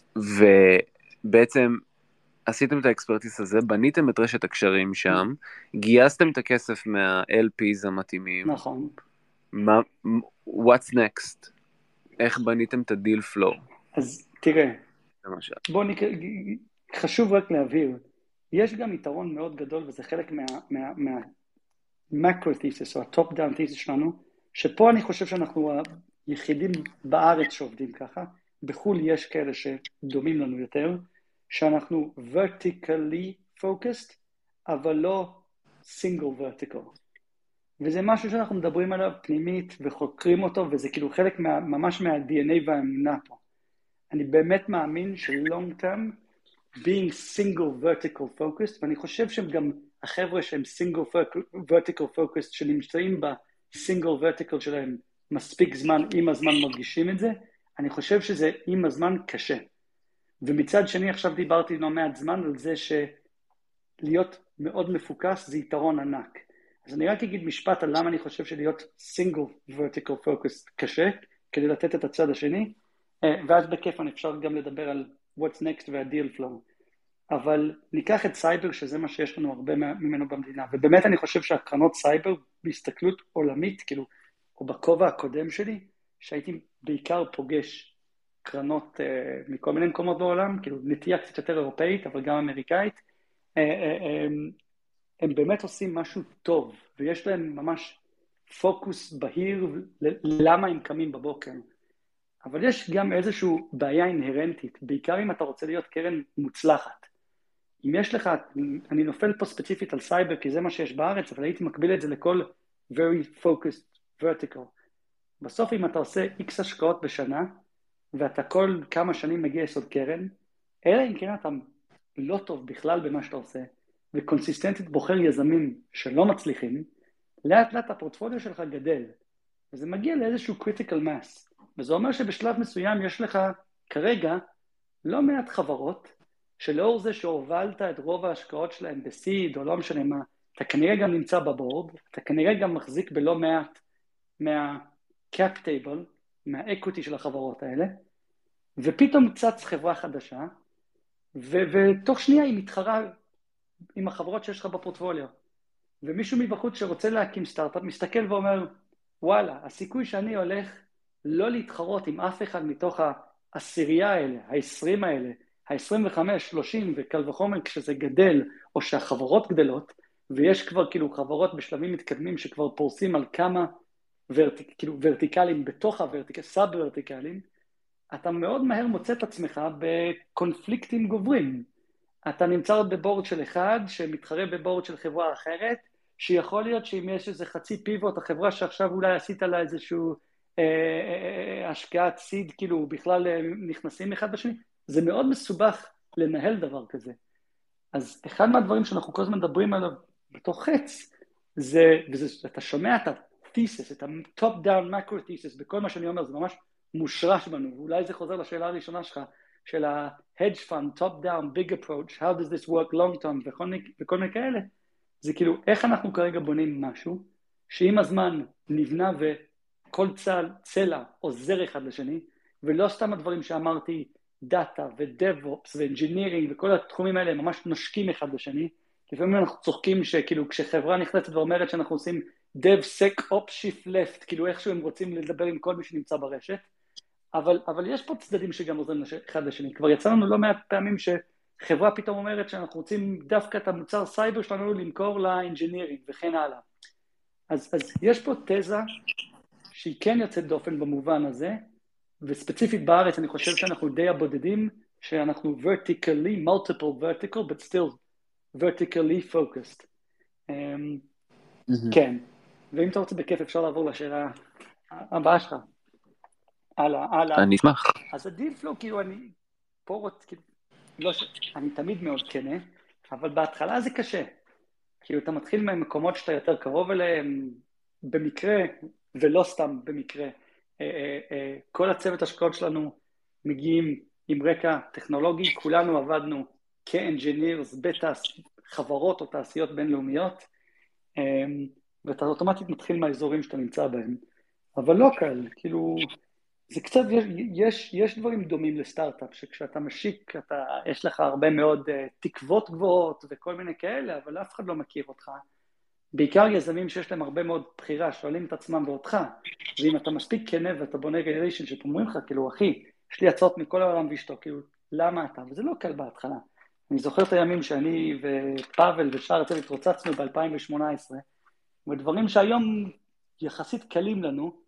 ובעצם עשיתם את האקספרטיס הזה, בניתם את רשת הקשרים שם, גייסתם את הכסף מה-אל פיז המתאימים. נכון. מה, what's next? איך בניתם את הדיל פלואו? אז תראה, למשל. בוא נקרא, חשוב רק להבהיר, יש גם יתרון מאוד גדול, וזה חלק מה, מה, מה macro thesis, או ה-top down thesis שלנו, שפה אני חושב שאנחנו היחידים בארץ שעובדים ככה, בחול יש כאלה שדומים לנו יותר, שאנחנו vertically focused, אבל לא single vertical. וזה משהו שאנחנו מדברים עליו פנימית וחוקרים אותו, וזה כאילו חלק מה, ממש מה-די אן איי והאמונה פה. אני באמת מאמין ש-long term, being single vertical focused, ואני חושב שהם גם החבר'ה שהם single vertical focused, שנמצאים ב-single vertical שלהם מספיק זמן, עם הזמן מרגישים את זה, אני חושב שזה עם הזמן קשה. ומצד שני עכשיו דיברתי לא מעט זמן על זה שלהיות מאוד מפוקס זה יתרון ענק. אז אני רק אגיד משפט על למה אני חושב שלהיות single vertical focused קשה, כדי לתת את הצד השני, ואז בכיף אני אפשר גם לדבר על what's next וה-deal flow. אבל ניקח את סייבר, שזה מה שיש לנו הרבה ממנו במדינה, ובאמת אני חושב שהקרנות סייבר בהסתכלות עולמית, כאילו, או בכובע הקודם שלי, שהייתי בעיקר פוגש קרנות uh, מכל מיני מקומות בעולם, כאילו נטייה קצת יותר אירופאית, אבל גם אמריקאית, uh, uh, um, הם באמת עושים משהו טוב, ויש להם ממש פוקוס בהיר למה הם קמים בבוקר. אבל יש גם איזושהי בעיה אינהרנטית, בעיקר אם אתה רוצה להיות קרן מוצלחת. אם יש לך, אני נופל פה ספציפית על סייבר, כי זה מה שיש בארץ, אבל הייתי מקביל את זה לכל very focused vertical. בסוף אם אתה עושה X השקעות בשנה, ואתה כל כמה שנים מגיע יסוד קרן, אלא אם כן אתה לא טוב בכלל במה שאתה עושה, וקונסיסטנטית בוחר יזמים שלא מצליחים, לאט לאט הפורטפוליו שלך גדל, וזה מגיע לאיזשהו critical mass, וזה אומר שבשלב מסוים יש לך כרגע לא מעט חברות, שלאור זה שהובלת את רוב ההשקעות שלהם בסיד או לא משנה מה, אתה כנראה גם נמצא בבורד, אתה כנראה גם מחזיק בלא מעט מה-cap table, מה-equity של החברות האלה, ופתאום צץ חברה חדשה, ו- ותוך שנייה היא מתחרה עם החברות שיש לך בפורטפוליו. ומישהו מבחוץ שרוצה להקים סטארט-אפ מסתכל ואומר, וואלה, הסיכוי שאני הולך לא להתחרות עם אף אחד מתוך העשירייה האלה, ה-עשרים האלה, ה-עשרים וחמש, שלושים וקל וחומר כשזה גדל, או שהחברות גדלות, ויש כבר כאילו חברות בשלבים מתקדמים שכבר פורסים על כמה ורטיק, כאילו ורטיקלים בתוך הוורטיקל, סאב ורטיקלים, אתה מאוד מהר מוצא את עצמך בקונפליקטים גוברים. אתה נמצא עוד בבורד של אחד שמתחרה בבורד של חברה אחרת, שיכול להיות שאם יש איזה חצי פיבוט, החברה שעכשיו אולי עשית לה איזשהו אה, אה, השקעת סיד, כאילו בכלל אה, נכנסים אחד בשני, זה מאוד מסובך לנהל דבר כזה. אז אחד מהדברים שאנחנו כל הזמן מדברים עליו בתוך חץ, זה, וזה, אתה שומע את ה-thesis, את ה-top down macro thesis, בכל מה שאני אומר, זה ממש מושרש בנו, ואולי זה חוזר לשאלה הראשונה שלך, של ה-hedge fund, top down, big approach, how does this work long term, וכל, וכל מיני כאלה, זה כאילו, איך אנחנו כרגע בונים משהו, שעם הזמן נבנה וכל צל, צלע עוזר אחד לשני, ולא סתם הדברים שאמרתי, דאטה ו-DevOps ו-Engineering וכל התחומים האלה, ממש נושקים אחד לשני, לפעמים אנחנו צוחקים שכאילו, כשחברה נכנסת ואומרת שאנחנו עושים DevSecOps Shift Left, כאילו איכשהו הם רוצים לדבר עם כל מי שנמצא ברשת, אבל, אבל יש פה צדדים שגם עוזרים אחד לשני. כבר יצא לנו לא מעט פעמים שחברה פתאום אומרת שאנחנו רוצים דווקא את המוצר סייבר שלנו למכור לאנג'ינירינג וכן הלאה. אז, אז יש פה תזה שהיא כן יוצאת דופן במובן הזה, וספציפית בארץ אני חושב שאנחנו די הבודדים, שאנחנו vertically, multiple vertical, but still vertically focused. Um, mm-hmm. כן, ואם אתה רוצה בכיף אפשר לעבור לשאלה הבאה שלך. הלאה, הלאה. אני אשמח. אז הדיל פלו, כאילו אני פה רוצה, כאילו, לא ש... אני תמיד מאוד כנה, אבל בהתחלה זה קשה. כאילו אתה מתחיל מהמקומות שאתה יותר קרוב אליהם, במקרה, ולא סתם במקרה. כל הצוות השקעות שלנו מגיעים עם רקע טכנולוגי, כולנו עבדנו כאנג'ינירס בחברות או תעשיות בינלאומיות, ואתה אוטומטית מתחיל מהאזורים שאתה נמצא בהם. אבל לא קל, כאילו... זה קצת, יש, יש דברים דומים לסטארט-אפ, שכשאתה משיק, אתה, יש לך הרבה מאוד uh, תקוות גבוהות וכל מיני כאלה, אבל אף אחד לא מכיר אותך. בעיקר יזמים שיש להם הרבה מאוד בחירה, שואלים את עצמם ואותך, ואם אתה מספיק כנה ואתה בונה ריליישנשיפ, אומרים לך, כאילו, אחי, יש לי הצעות מכל העולם ואשתו, כאילו, למה אתה? וזה לא קל בהתחלה. אני זוכר את הימים שאני ופאבל ושאר הצוות התרוצצנו ב-אלפיים שמונה עשרה, ודברים שהיום יחסית קלים לנו,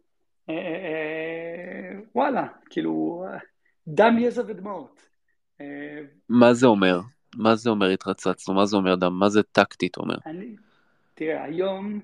וואלה, כאילו, דם יזע ודמעות. מה זה אומר? מה זה אומר התרצצנו? מה זה אומר דם? מה זה טקטית אומר? אני, תראה, היום,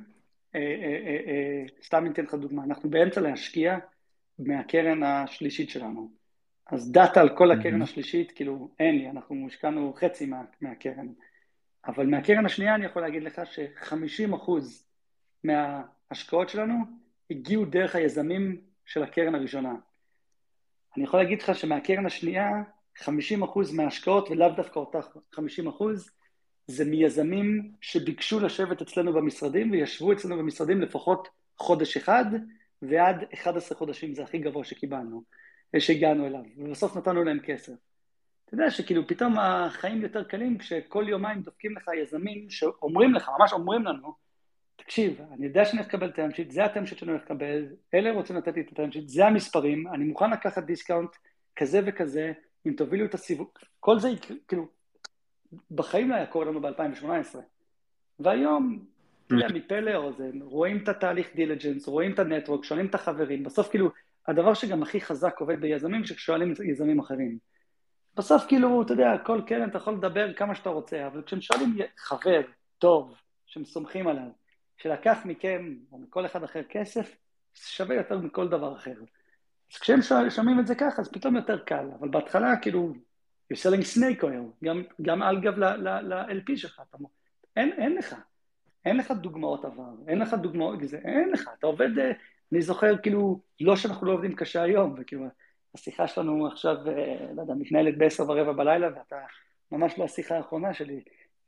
סתם ניתן לך דוגמה, אנחנו באמצע להשקיע מהקרן השלישית שלנו. אז דאטה על כל הקרן השלישית, כאילו, אין לי, אנחנו השקענו חצי מהקרן. אבל מהקרן השנייה אני יכול להגיד לך ש-חמישים אחוז מההשקעות שלנו, הגיעו דרך היזמים של הקרן הראשונה. אני יכול להגיד לך שמהקרן השנייה, חמישים אחוז מההשקעות, ולאו דווקא אותך חמישים אחוז, זה מיזמים שביקשו לשבת אצלנו במשרדים, וישבו אצלנו במשרדים לפחות חודש אחד, ועד אחד עשר חודשים, זה הכי גבוה שקיבלנו, שהגענו אליו, ובסוף נתנו להם כסף. אתה יודע שכאילו פתאום החיים יותר קלים, כשכל יומיים דופקים לך יזמים, שאומרים לך, ממש אומרים לנו, תקשיב, אני יודע שאני אקבל את הטרם שיט, זה הטרם שיט שאני הולך לקבל, אלה רוצים לתת לי את הטרם שיט, זה המספרים, אני מוכן לקחת דיסקאונט כזה וכזה, אם תובילו את הסיבוב, כל זה, כאילו, בחיים לא היה קורה לנו ב-אלפיים שמונה עשרה. והיום, אתה יודע, מפה לאוזן, רואים את התהליך דיליג'נס, רואים את הנטוורק, שואלים את החברים, בסוף כאילו, הדבר שגם הכי חזק עובד ביזמים, ששואלים יזמים אחרים. בסוף כאילו, אתה יודע, כל קרן אתה יכול לדבר כמה שאתה רוצה, אבל כשהם שואלים חבר טוב, שהם סומכים עליו, שלקח מכם, או מכל אחד אחר כסף, שווה יותר מכל דבר אחר. אז כשהם שומעים את זה ככה, אז פתאום יותר קל, אבל בהתחלה כאילו, you're selling snake oil, גם, גם על גב ל-אל פי שלך, אתה אומר, אין, אין לך, אין לך דוגמאות עבר, אין לך דוגמאות, זה, אין לך, אתה עובד, אני זוכר כאילו, לא שאנחנו לא עובדים קשה היום, וכאילו, השיחה שלנו עכשיו, לא יודע, מתנהלת בעשר ורבע בלילה, ואתה ממש לא השיחה האחרונה שלי,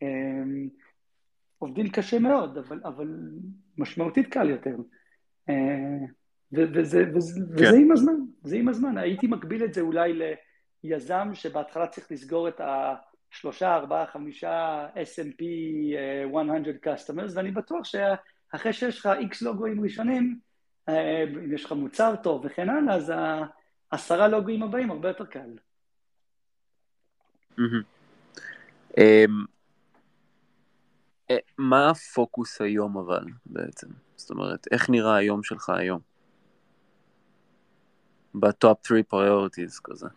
עובדים קשה מאוד, אבל, אבל משמעותית קל יותר, וזה, וזה, וזה עם הזמן, זה עם הזמן, הייתי מקביל את זה אולי ליזם שבהתחלה צריך לסגור את השלושה, ארבעה, חמישה אס אנד פי מאה customers, ואני בטוח שאחרי שיש לך איקס לוגויים ראשונים, אם יש לך מוצר טוב וכן הלאה, אז העשרה לוגויים הבאים הרבה יותר קל. מה הפוקוס היום אבל בעצם? זאת אומרת, איך נראה היום שלך היום? בטופ שלוש priorities כזה.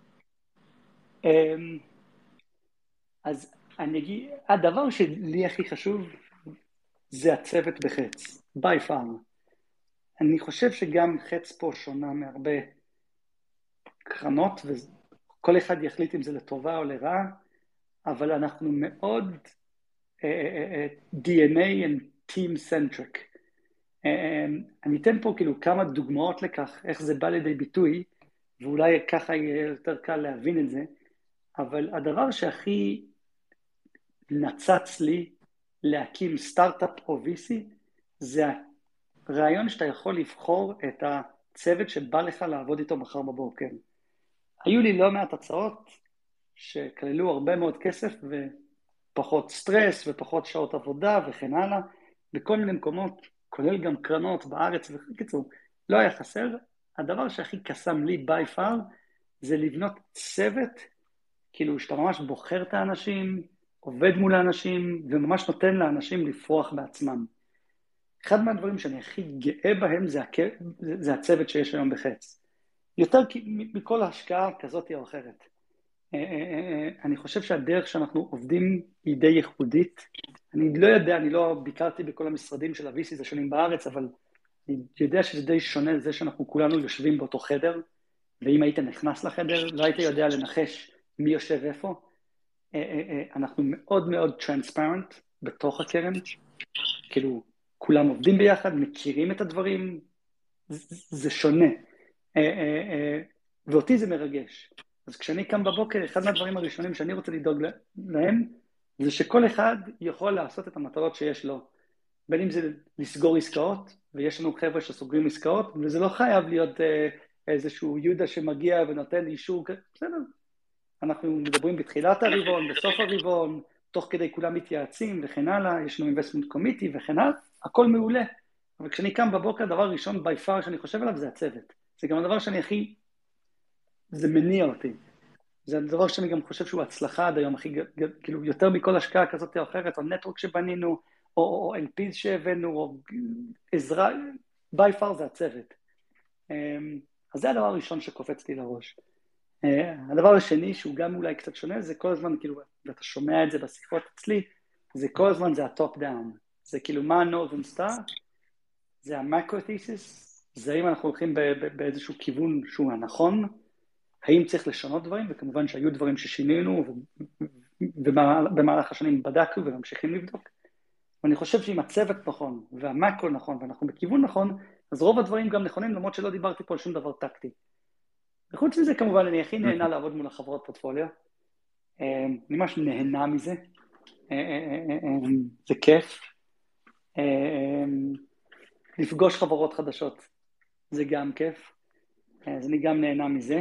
אז אני אגיד, הדבר שלי הכי חשוב זה הצוות בחץ, by far. אני חושב שגם חץ פה שונה מהרבה קרנות, וכל אחד יחליט אם זה לטובה או לרעה, אבל אנחנו מאוד uh, uh, די אן איי and team centric. Uh, אני אתן פה כאילו כמה דוגמאות לכך, איך זה בא לידי ביטוי, ואולי ככה יהיה יותר קל להבין את זה, אבל הדבר שהכי נצץ לי להקים סטארט-אפ או וי סי, זה הרעיון שאתה יכול לבחור את הצוות שבא לך לעבוד איתו מחר בבוקר. היו לי לא מעט הצעות שכללו הרבה מאוד כסף ופחות סטרס ופחות שעות עבודה וכן הלאה, בכל מיני מקומות, כולל גם קרנות בארץ וקיצור, לא היה חסר. הדבר שהכי קסם לי by far זה לבנות צוות, כאילו שאתה ממש בוחר את האנשים, עובד מול האנשים וממש נותן לאנשים לפרוח בעצמם. אחד מהדברים שאני הכי גאה בהם זה, הכ... זה הצוות שיש היום בחץ. יותר מכל השקעה כזאת או אחרת. אני חושב שהדרך שאנחנו עובדים היא די ייחודית. אני לא יודע, אני לא ביקרתי בכל המשרדים של ה-וי סי'ס השונים בארץ, אבל אני יודע שזה די שונה זה שאנחנו כולנו יושבים באותו חדר, ואם היית נכנס לחדר, לא היית יודע לנחש מי יושב איפה. אנחנו מאוד מאוד טרנספרנט בתוך הקרן, כאילו כולם עובדים ביחד, מכירים את הדברים, זה שונה. ואותי זה מרגש. אז כשאני קם בבוקר, אחד מהדברים הראשונים שאני רוצה לדאוג להם, זה שכל אחד יכול לעשות את המטרות שיש לו. בין אם זה לסגור עסקאות, ויש לנו חבר'ה שסוגרים עסקאות, וזה לא חייב להיות איזשהו יהודה שמגיע ונותן אישור, בסדר. אנחנו מדברים בתחילת הרבעון, בסוף הרבעון, תוך כדי כולם מתייעצים וכן הלאה, יש לנו investment committee וכן הלאה, הכל מעולה. אבל כשאני קם בבוקר, הדבר ראשון by far שאני חושב עליו זה הצוות. זה גם הדבר שאני הכי, זה מניע אותי. זה הדבר שאני גם חושב שהוא הצלחה עד היום, הכי, כאילו יותר מכל השקעה כזאת או אחרת, או נטוורק שבנינו, או, או אל פי'ס שהבאנו, או עזרה, by far זה הצוות. אז זה הדבר הראשון שקופץ לי לראש. הדבר השני, שהוא גם אולי קצת שונה, זה כל הזמן, כאילו, ואתה שומע את זה בשיחות אצלי, זה כל הזמן זה הטופ דאון. זה כאילו מה הנורת'ן סטאר, זה המקרו-תיסיס, זה האם אנחנו הולכים באיזשהו כיוון שהוא הנכון, האם צריך לשנות דברים, וכמובן שהיו דברים ששינינו, ובמהלך השנים בדקנו וממשיכים לבדוק. ואני חושב שאם הצוות נכון, והמקרו נכון, ואנחנו בכיוון נכון, אז רוב הדברים גם נכונים, למרות שלא דיברתי פה על שום דבר טקטי. וחוץ מזה, כמובן, אני הכי נהנה לעבוד מול החברות פורטפוליו. אני ממש נהנה מזה. זה כיף. לפגוש חברות חדשות, זה גם כיף. אז אני גם נהנה מזה.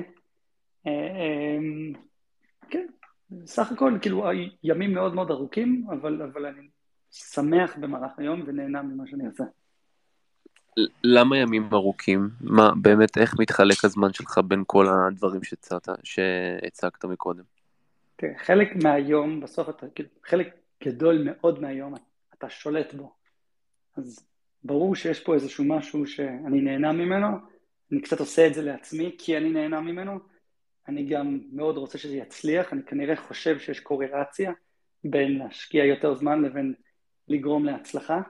כן, סך הכל, כאילו, ימים מאוד מאוד ארוכים, אבל, אבל אני שמח במהלך היום ונהנה ממה שאני עושה. למה ימים ארוכים? מה, באמת, איך מתחלק הזמן שלך בין כל הדברים שהצעת, שהצגת מקודם? תראה, חלק מהיום, בסוף אתה, חלק גדול מאוד מהיום, אתה שולט בו. אז ברור שיש פה איזשהו משהו שאני נהנה ממנו, אני קצת עושה את זה לעצמי כי אני נהנה ממנו, אני גם מאוד רוצה שזה יצליח, אני כנראה חושב שיש קורלציה בין להשקיע יותר זמן לבין לגרום להצלחה,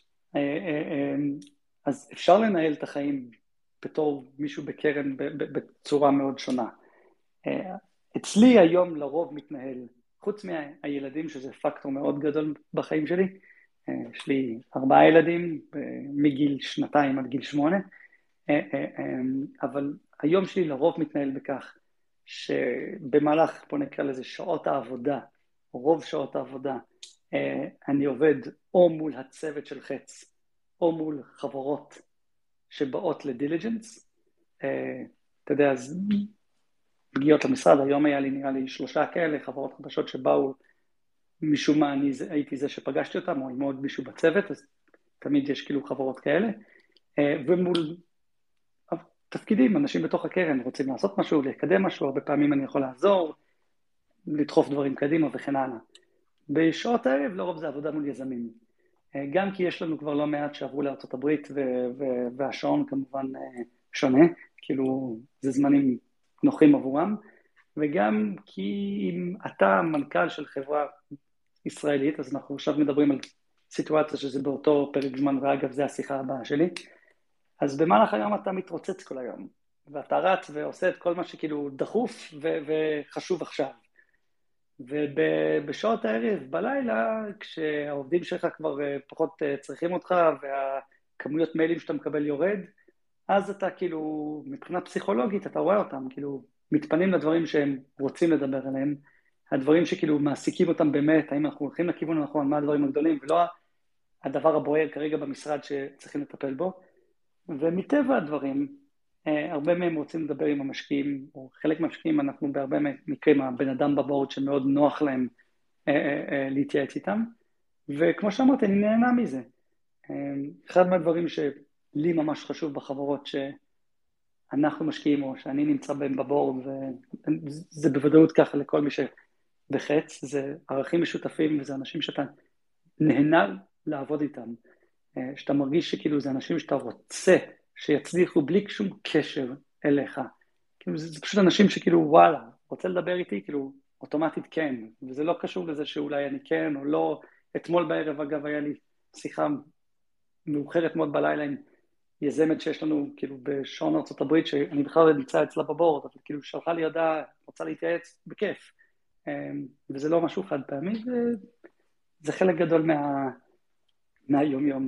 אז אפשר לנהל את החיים בתור מישהו בקרן בצורה מאוד שונה. אצלי היום לרוב מתנהל, חוץ מהילדים שזה פקטור מאוד גדול בחיים שלי, יש לי ארבעה ילדים מגיל שנתיים עד גיל שמונה, אבל היום שלי לרוב מתנהל בכך שבמהלך, בוא נקרא לזה שעות העבודה, רוב שעות העבודה, אני עובד או מול הצוות של חץ, או מול חברות שבאות לדיליג'נס, אתה יודע, אז מגיעות למשרד, היום היה לי נראה לי שלושה כאלה, חברות חדשות שבאו, משום מה אני הייתי זה שפגשתי אותם, או עם עוד מישהו בצוות, אז תמיד יש כאילו חברות כאלה, ומול תפקידים, אנשים בתוך הקרן רוצים לעשות משהו, לקדם משהו, הרבה פעמים אני יכול לעזור, לדחוף דברים קדימה וכן הלאה. בשעות הערב לרוב זה עבודה מול יזמים, גם כי יש לנו כבר לא מעט שעברו לארצות הברית, והשעון כמובן שונה, כאילו זה זמנים נוחים עבורם, וגם כי אם אתה מנכ"ל של חברה ישראלית, אז אנחנו עכשיו מדברים על סיטואציה שזה באותו פרק זמן, ואגב זה השיחה הבאה שלי, אז במהלך היום אתה מתרוצץ כל היום, ואתה רץ ועושה את כל מה שכאילו דחוף ו- וחשוב עכשיו. ובשעות הערב, בלילה, כשהעובדים שלך כבר פחות צריכים אותך, והכמויות מיילים שאתה מקבל יורד, אז אתה כאילו, מבחינה פסיכולוגית, אתה רואה אותם, כאילו, מתפנים לדברים שהם רוצים לדבר עליהם, הדברים שכאילו מעסיקים אותם באמת, האם אנחנו הולכים לכיוון הנכון, מה הדברים הגדולים, ולא הדבר הבוער כרגע במשרד שצריכים לטפל בו, ומטבע הדברים, הרבה מהם רוצים לדבר עם המשקיעים, או חלק מהמשקיעים אנחנו בהרבה מקרים, הבן אדם בבורד שמאוד נוח להם להתייעץ איתם, וכמו שאמרתי, אני נהנה מזה. אחד מהדברים שלי ממש חשוב בחברות שאנחנו משקיעים, או שאני נמצא בהם בבורד, וזה בוודאות ככה לכל מי שבחץ, זה ערכים משותפים, וזה אנשים שאתה נהנה לעבוד איתם, שאתה מרגיש שכאילו זה אנשים שאתה רוצה שיצליחו בלי שום קשר אליך. כאילו זה, זה פשוט אנשים שכאילו וואלה, רוצה לדבר איתי, כאילו אוטומטית כן, וזה לא קשור לזה שאולי אני כן או לא. אתמול בערב אגב היה לי שיחה מאוחרת מאוד בלילה עם יזמת שיש לנו כאילו בשעון ארצות הברית, שאני בכלל נמצא אצלה בבורד, אבל כאילו שלחה לי הודעה, רוצה להתייעץ בכיף, וזה לא משהו חד פעמי, זה, זה חלק גדול מה, מהיום יום.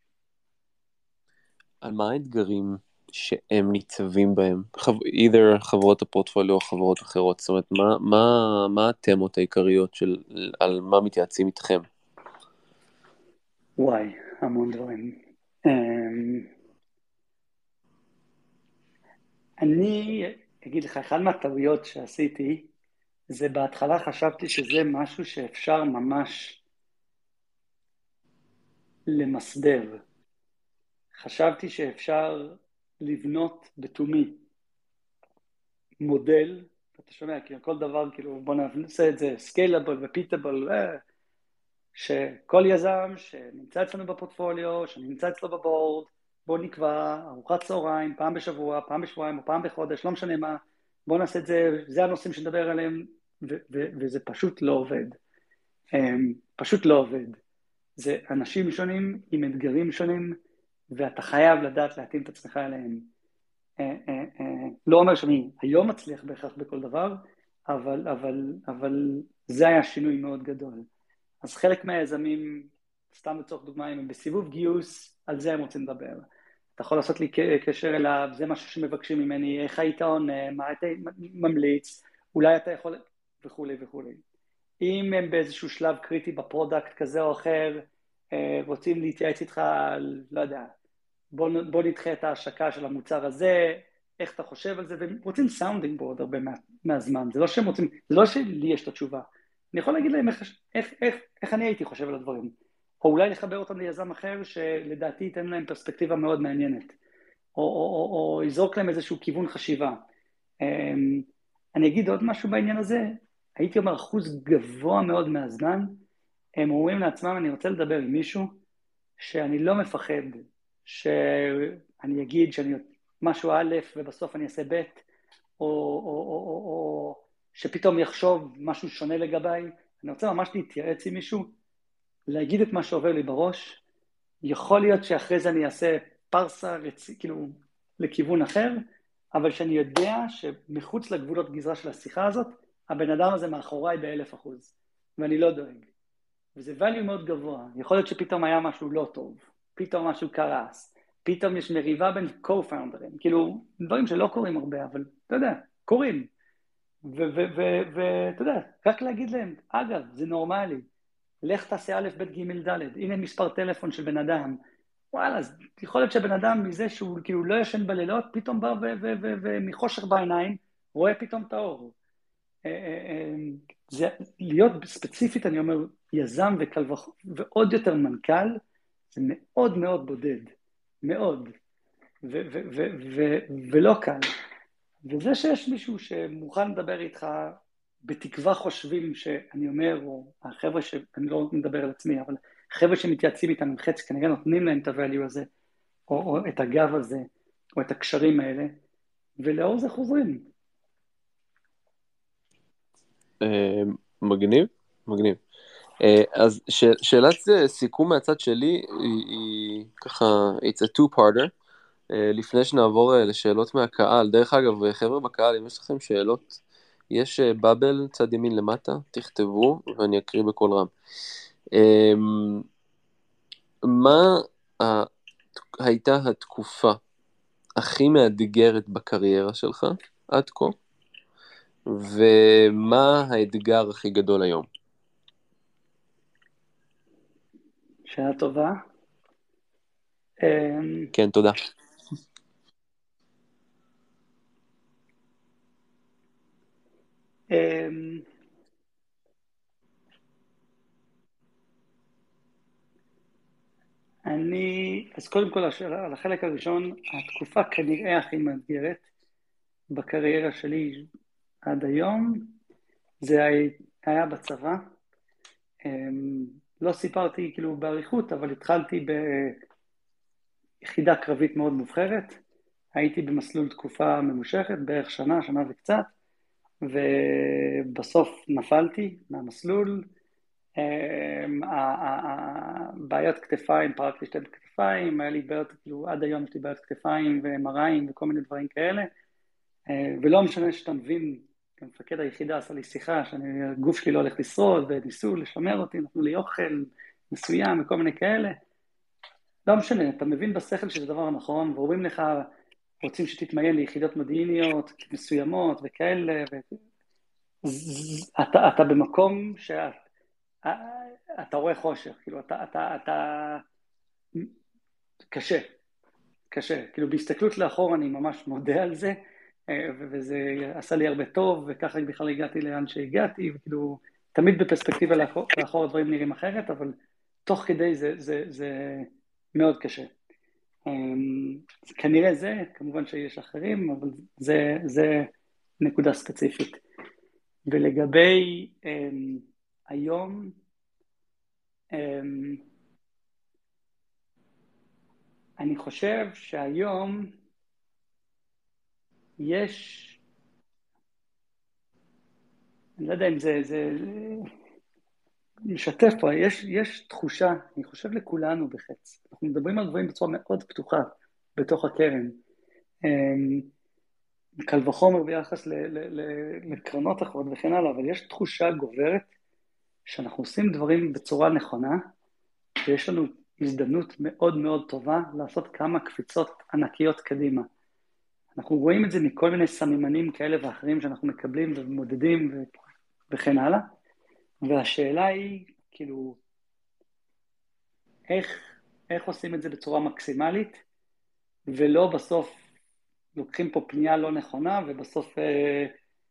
על מה האתגרים שהם ניצבים בהם? either חברות הפורטפוליו או חברות אחרות, זאת אומרת, מה, מה, מה התמות העיקריות של, על מה מתייעצים איתכם? וואי, המון דברים. אני אגיד לך, אחד מהטעויות שעשיתי, זה בהתחלה חשבתי שזה משהו שאפשר ממש למסדר. חשבתי שאפשר לבנות בתומי מודל, אתה שומע, כי כל דבר, כאילו, בוא נעשה את זה, scalable ו-repeatable, שכל יזם שנמצא אצלנו בפורטפוליו, שנמצא אצלו בבורד, בוא נקבע ארוחת צהריים, פעם בשבוע, פעם בשבועיים או פעם בחודש, לא משנה מה, בוא נעשה את זה, זה הנושאים שנדבר עליהם, ו- ו- וזה פשוט לא עובד. פשוט לא עובד. זה אנשים שונים עם אתגרים שונים, ואתה חייב לדעת להתאים את עצמך אליהם. לא אומר שאני היום מצליח בהכרח בכל דבר, אבל, אבל, אבל זה היה שינוי מאוד גדול. אז חלק מהיזמים, סתם לצורך דוגמה, אם הם בסיבוב גיוס, על זה הם רוצים לדבר. אתה יכול לעשות לי קשר אליו, זה משהו שמבקשים ממני, איך היית עונה, מה אתה ממליץ, אולי אתה יכול, וכו' וכו'. אם הם באיזשהו שלב קריטי בפרודקט כזה או אחר, רוצים להתייעץ איתך על, לא יודע, בוא, בוא נדחה את ההשקה של המוצר הזה, איך אתה חושב על זה, והם רוצים סאונדינג בורד הרבה מה, מהזמן, זה לא שהם רוצים, זה לא שלי יש את התשובה, אני יכול להגיד להם איך, איך, איך, איך אני הייתי חושב על הדברים, או אולי לחבר אותם ליזם אחר שלדעתי ייתן להם פרספקטיבה מאוד מעניינת, או, או, או, או יזרוק להם איזשהו כיוון חשיבה. אני אגיד עוד משהו בעניין הזה, הייתי אומר אחוז גבוה מאוד מהזמן, הם אומרים לעצמם, אני רוצה לדבר עם מישהו שאני לא מפחד שאני אגיד שאני משהו א' ובסוף אני אעשה ב', או, או, או, או, או שפתאום יחשוב משהו שונה לגביי. אני רוצה ממש להתייעץ עם מישהו, להגיד את מה שעובר לי בראש. יכול להיות שאחרי זה אני אעשה פרסה רצ... כאילו לכיוון אחר, אבל שאני יודע שמחוץ לגבולות גזרה של השיחה הזאת, הבן אדם הזה מאחוריי באלף אחוז, ואני לא דואג. וזה value מאוד גבוה. יכול להיות שפתאום היה משהו לא טוב, פתאום משהו קרס, פתאום יש מריבה בין co-founders, כאילו דברים שלא קורים הרבה, אבל אתה יודע, קורים. ואתה יודע, רק להגיד להם, אגב, זה נורמלי, לך תעשה א' ב' ג' ד', הנה מספר טלפון של בן אדם, וואלה, אז יכול להיות שבן אדם מזה שהוא כאילו לא ישן בלילות, פתאום בא ומחושך בעיניים, רואה פתאום את האור. זה להיות ספציפית, אני אומר, יזם וקל וח... ועוד יותר מנכ"ל, זה מאוד מאוד בודד, מאוד, ו- ו- ו- ו- ולא קל. וזה שיש מישהו שמוכן לדבר איתך, בתקווה חושבים שאני אומר, או החבר'ה שאני לא מדבר על עצמי, אבל חבר'ה שמתייעצים איתנו חצי, כנראה נותנים להם את ה-value הזה, או, או את הגב הזה, או את הקשרים האלה, ולאור זה חוזרים. מגניב, מגניב. אז שאלת סיכום מהצד שלי היא ככה, it's a two-parter, לפני שנעבור לשאלות מהקהל. דרך אגב, חבר'ה בקהל, אם יש לכם שאלות, יש בבל צד ימין למטה, תכתבו ואני אקריא בכל רם. מה הייתה התקופה הכי מאתגרת בקריירה שלך עד כה? ומה האתגר הכי גדול היום? שאלה טובה. כן, תודה. אני, אז קודם כל על החלק הראשון, התקופה כנראה הכי מאתגרת בקריירה שלי עד היום, זה היה בצבא. לא סיפרתי כאילו בעריכות, אבל התחלתי ביחידה קרבית מאוד מובחרת, הייתי במסלול תקופה ממושכת, בערך שנה, שנה וקצת, ובסוף נפלתי מהמסלול, בעיות כתפיים, פרקתי שתי כתפיים, היה לי בעיות, כאילו עד היום יש לי בעיות כתפיים ומראים וכל מיני דברים כאלה, ולא משנה שאתה מבין, מפקד היחידה עשה לי שיחה, שהגוף שלי לא הולך לשרוד, וניסו לשמר אותי, נתנו לי אוכל מסוים וכל מיני כאלה, לא משנה, אתה מבין בשכל שזה דבר נכון, ואומרים לך, רוצים שתתמיין ליחידות מודיעיניות מסוימות וכאלה, ו... אתה, אתה במקום שאת, אתה רואה חושך, כאילו, אתה, אתה, אתה, קשה, קשה, כאילו, בהסתכלות לאחור אני ממש מודה על זה, וזה עשה לי הרבה טוב, וככה בכלל הגעתי לאן שהגעתי, וכאילו, תמיד בפרספקטיבה לאחור, לאחור הדברים נראים אחרת, אבל תוך כדי זה, זה, זה מאוד קשה. כנראה זה, כמובן שיש אחרים, אבל זה, זה נקודה ספציפית. ולגבי um, היום, um, אני חושב שהיום יש, אני לא יודע אם זה, זה לשתף פה, יש, יש תחושה, אני חושב לכולנו בחץ, אנחנו מדברים על דברים בצורה מאוד פתוחה בתוך הקרן, קל וחומר ביחס ל, ל, ל, לקרנות אחרות וכן הלאה, אבל יש תחושה גוברת שאנחנו עושים דברים בצורה נכונה, ויש לנו הזדמנות מאוד מאוד טובה לעשות כמה קפיצות ענקיות קדימה. אנחנו רואים את זה מכל מיני סמימנים כאלה ואחרים שאנחנו מקבלים ומודדים ו... וכן הלאה, והשאלה היא, כאילו, איך, איך עושים את זה בצורה מקסימלית, ולא בסוף לוקחים פה פנייה לא נכונה, ובסוף אה,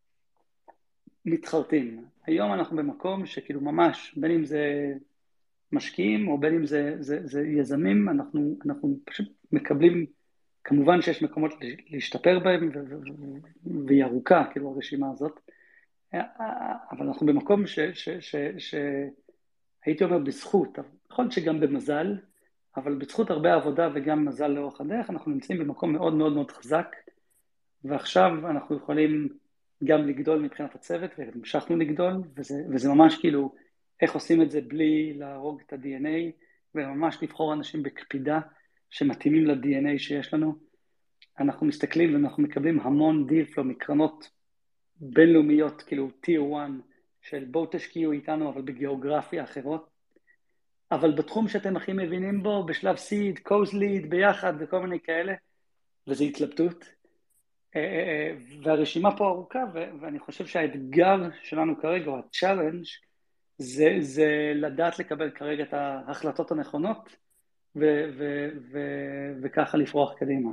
מתחרטים. היום אנחנו במקום שכאילו ממש, בין אם זה משקיעים, או בין אם זה, זה, זה יזמים, אנחנו, אנחנו פשוט מקבלים, כמובן שיש מקומות להשתפר בהם, והיא ארוכה, כאילו הרשימה הזאת, אבל אנחנו במקום ש, ש, ש, ש, הייתי אומר בזכות, יכול להיות שגם במזל, אבל בזכות הרבה עבודה וגם מזל לאורך הדרך, אנחנו נמצאים במקום מאוד מאוד מאוד חזק, ועכשיו אנחנו יכולים גם לגדול מבחינת הצוות, והמשכנו לגדול, וזה, וזה ממש כאילו, איך עושים את זה בלי להרוג את ה-די אן איי, וממש לבחור אנשים בקפידה, שמתאימים ל-די אן איי שיש לנו. אנחנו מסתכלים ואנחנו מקבלים המון דיל פלו מקרנות בינלאומיות, כאילו טיר אחת, של בואו תשקיעו איתנו, אבל בגיאוגרפיה אחרות. אבל בתחום שאתם הכי מבינים בו, בשלב סיד, קוז ליד, ביחד, וכל מיני כאלה, וזו התלבטות. והרשימה פה ארוכה, ואני חושב שהאתגר שלנו כרגע, או הצ'אלנג', זה, זה לדעת לקבל כרגע את ההחלטות הנכונות, ו- ו- ו- וככה לפרוח קדימה.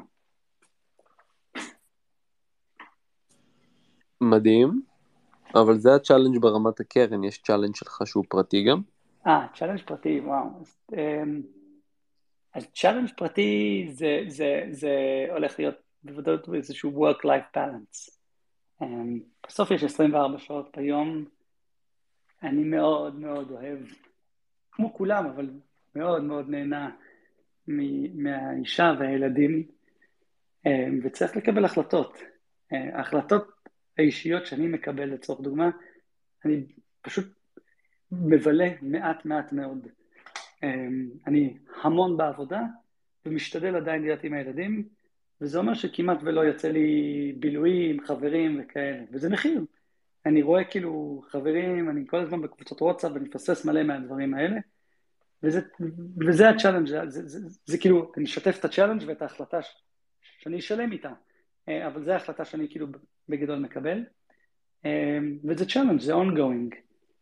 מדהים, אבל זה הצ'אלנג' ברמת הקרן, יש צ'אלנג' שלך שהוא פרטי גם? אה, צ'אלנג' פרטי, וואו. אז, אז צ'אלנג' פרטי זה, זה, זה הולך להיות בוודאות איזשהו work-life balance. בסוף יש עשרים וארבע שעות ביום, אני מאוד מאוד אוהב, כמו כולם, אבל מאוד מאוד נהנה מהאישה והילדים, וצריך לקבל החלטות. ההחלטות האישיות שאני מקבל לצורך דוגמה, אני פשוט מבלה מעט מעט מאוד. אני המון בעבודה, ומשתדל עדיין להיות עם הילדים, וזה אומר שכמעט ולא יוצא לי בילויים, חברים וכאלה, וזה מחיר. אני רואה כאילו חברים, אני כל הזמן בקבוצות וואטסאפ, ואני מפסס מלא מהדברים האלה, וזה, וזה הצ'אלנג', זה, זה, זה, זה, זה כאילו, אני אשתף את הצ'אלנג' ואת ההחלטה ש, שאני אשלם איתה, אבל זה ההחלטה שאני כאילו בגדול מקבל, וזה צ'אלנג', זה ongoing.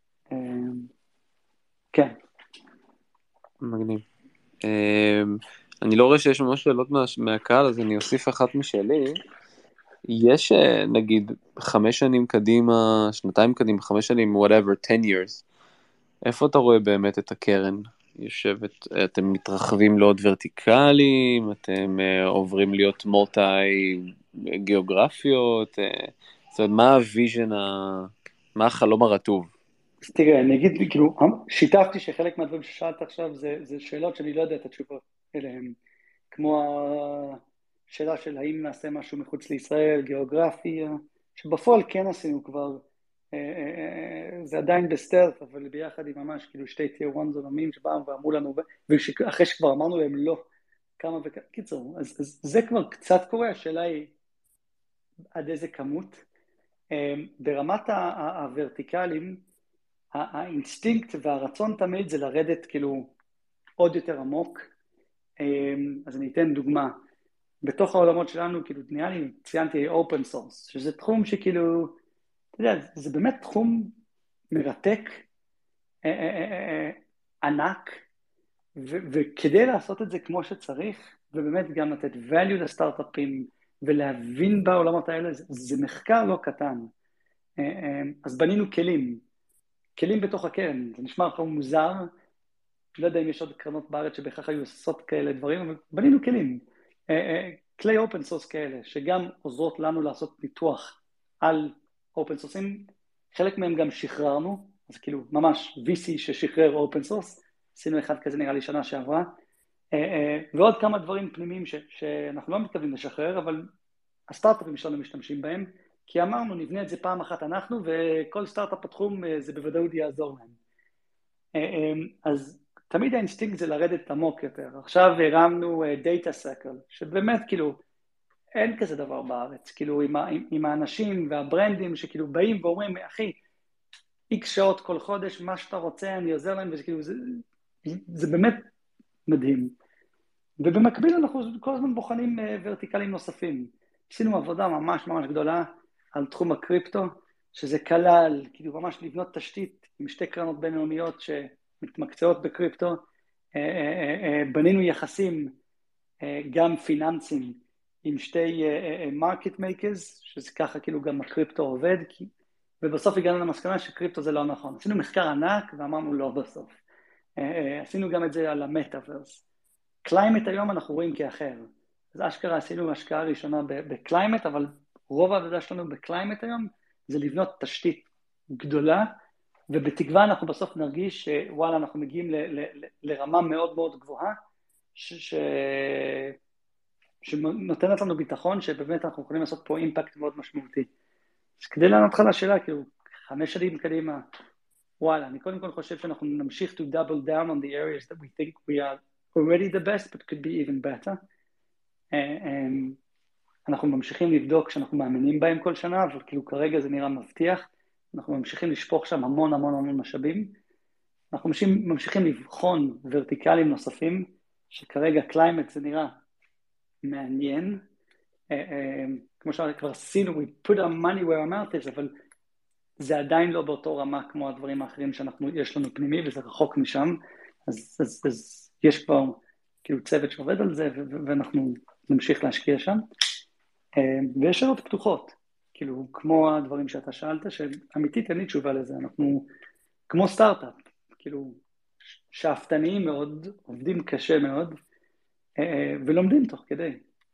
כן. מגניב. אני לא רואה שיש ממש שאלות מהקהל, אז אני אוסיף אחת משלי. יש נגיד חמש שנים קדימה, שנתיים קדימה, חמש שנים, whatever, ten years. איפה אתה רואה באמת את הקרן? יושבת, אתם מתרחבים לעוד ורטיקלים, אתם עוברים להיות מולטי גיאוגרפיות, זאת אומרת, מה הוויז'ן, מה החלום הרטוב? אז תראה, אני אגיד, כאילו, שיתפתי שחלק מהדברים ששאלת עכשיו, זה, זה שאלות שאני לא יודע את התשובות אליהן, כמו השאלה של האם נעשה משהו מחוץ לישראל, גיאוגרפיה, שבפועל כן עשינו כבר, זה עדיין בסטרט, אבל ביחד עם ממש כאילו שתי טיר אחת זונמים שבאו ואמרו לנו, ואחרי שכבר אמרנו להם לא, כמה וכמה, קיצור, אז, אז זה כבר קצת קורה, השאלה היא עד איזה כמות. ברמת הוורטיקלים, האינסטינקט והרצון תמיד זה לרדת כאילו עוד יותר עמוק. אז אני אתן דוגמה, בתוך העולמות שלנו, כאילו נראה לי, ציינתי open source, שזה תחום שכאילו, אתה יודע, זה באמת תחום מרתק, אה, אה, אה, ענק, ו- וכדי לעשות את זה כמו שצריך, ובאמת גם לתת value לסטארט-אפים, ולהבין בעולמות האלה, זה, זה מחקר לא קטן. אה, אה, אז בנינו כלים, כלים בתוך הקרן, זה נשמע לך מוזר, לא יודע אם יש עוד קרנות בארץ שבכך היו עושות כאלה דברים, אבל בנינו כלים, אה, אה, כלי אופן סורס כאלה, שגם עוזרות לנו לעשות ניתוח על אופן סורסים, חלק מהם גם שחררנו, אז כאילו ממש וי סי ששחרר אופן סורס, עשינו אחד כזה נראה לי שנה שעברה, ועוד כמה דברים פנימיים ש, שאנחנו לא מתכוונים לשחרר, אבל הסטארט-אפים שלנו משתמשים בהם, כי אמרנו נבנה את זה פעם אחת אנחנו, וכל סטארט-אפ בתחום זה בוודאות יעזור להם. אז תמיד האינסטינקט זה לרדת עמוק יותר. עכשיו הרמנו דאטה סקל, שבאמת כאילו אין כזה דבר בארץ, כאילו עם, עם, עם האנשים והברנדים שכאילו באים ואומרים, אחי, איקס שעות כל חודש, מה שאתה רוצה, אני עוזר להם, וזה כאילו, זה, זה באמת מדהים. ובמקביל אנחנו כל הזמן בוחנים ורטיקלים נוספים. עשינו עבודה ממש ממש גדולה על תחום הקריפטו, שזה כלל, כאילו ממש לבנות תשתית עם שתי קרנות בינלאומיות שמתמקצעות בקריפטו, בנינו יחסים גם פיננסיים עם שתי מרקט מייקרס, שזה ככה כאילו גם הקריפטו עובד, ובסוף הגענו למסקנה שקריפטו זה לא נכון. עשינו מחקר ענק ואמרנו לא בסוף. עשינו גם את זה על המטאברס. קליימט היום אנחנו רואים כאחר. אז אשכרה עשינו השקעה ראשונה בקליימט, אבל רוב העבודה שלנו בקליימט היום זה לבנות תשתית גדולה ובתקווה אנחנו בסוף נרגיש שוואלה, אנחנו מגיעים ל, ל, ל, לרמה מאוד מאוד גבוהה, ש, ש, שנותנת לנו ביטחון שבאמת אנחנו יכולים לעשות פה אימפקט מאוד משמעותי. אז כדי לענות לך לשאלה, כאילו, חמש שנים קדימה, וואלה, אני קודם כל חושב שאנחנו נמשיך to double down on the areas that we think we are already the best, but could be even better. אנחנו ממשיכים לבדוק שאנחנו מאמינים בהם כל שנה, אבל כאילו כרגע זה נראה מבטיח, אנחנו ממשיכים לשפוך שם המון המון המון משאבים, אנחנו ממשיכים, ממשיכים לבחון ורטיקלים נוספים, שכרגע קליימט זה נראה מעניין, כמו שכבר עשינו, we put our money where our mouth is, אבל זה עדיין לא באותו רמה כמו הדברים האחרים שיש לנו פנימי, וזה רחוק משם, אז, אז, אז יש כבר כאילו צוות שעובד על זה, ו- ואנחנו נמשיך להשקיע שם, ויש שאלות פתוחות, כאילו כמו הדברים שאתה שאלת, שאמיתית אין לי תשובה לזה, אנחנו כמו סטארט-אפ, כאילו שאפתניים מאוד, עובדים קשה מאוד, ולומדים תוך כדי.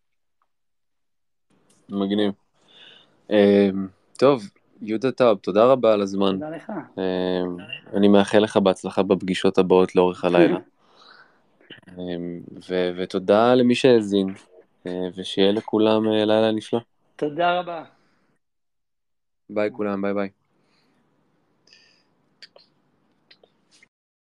מגניב. טוב, יהודה טאב, תודה רבה על הזמן. תודה לך. אני מאחל לך בהצלחה בפגישות הבאות לאורך הלילה. ו- ותודה למי שהאזין, ושיהיה לכולם לילה נפלא. תודה רבה. ביי כולם, ביי ביי.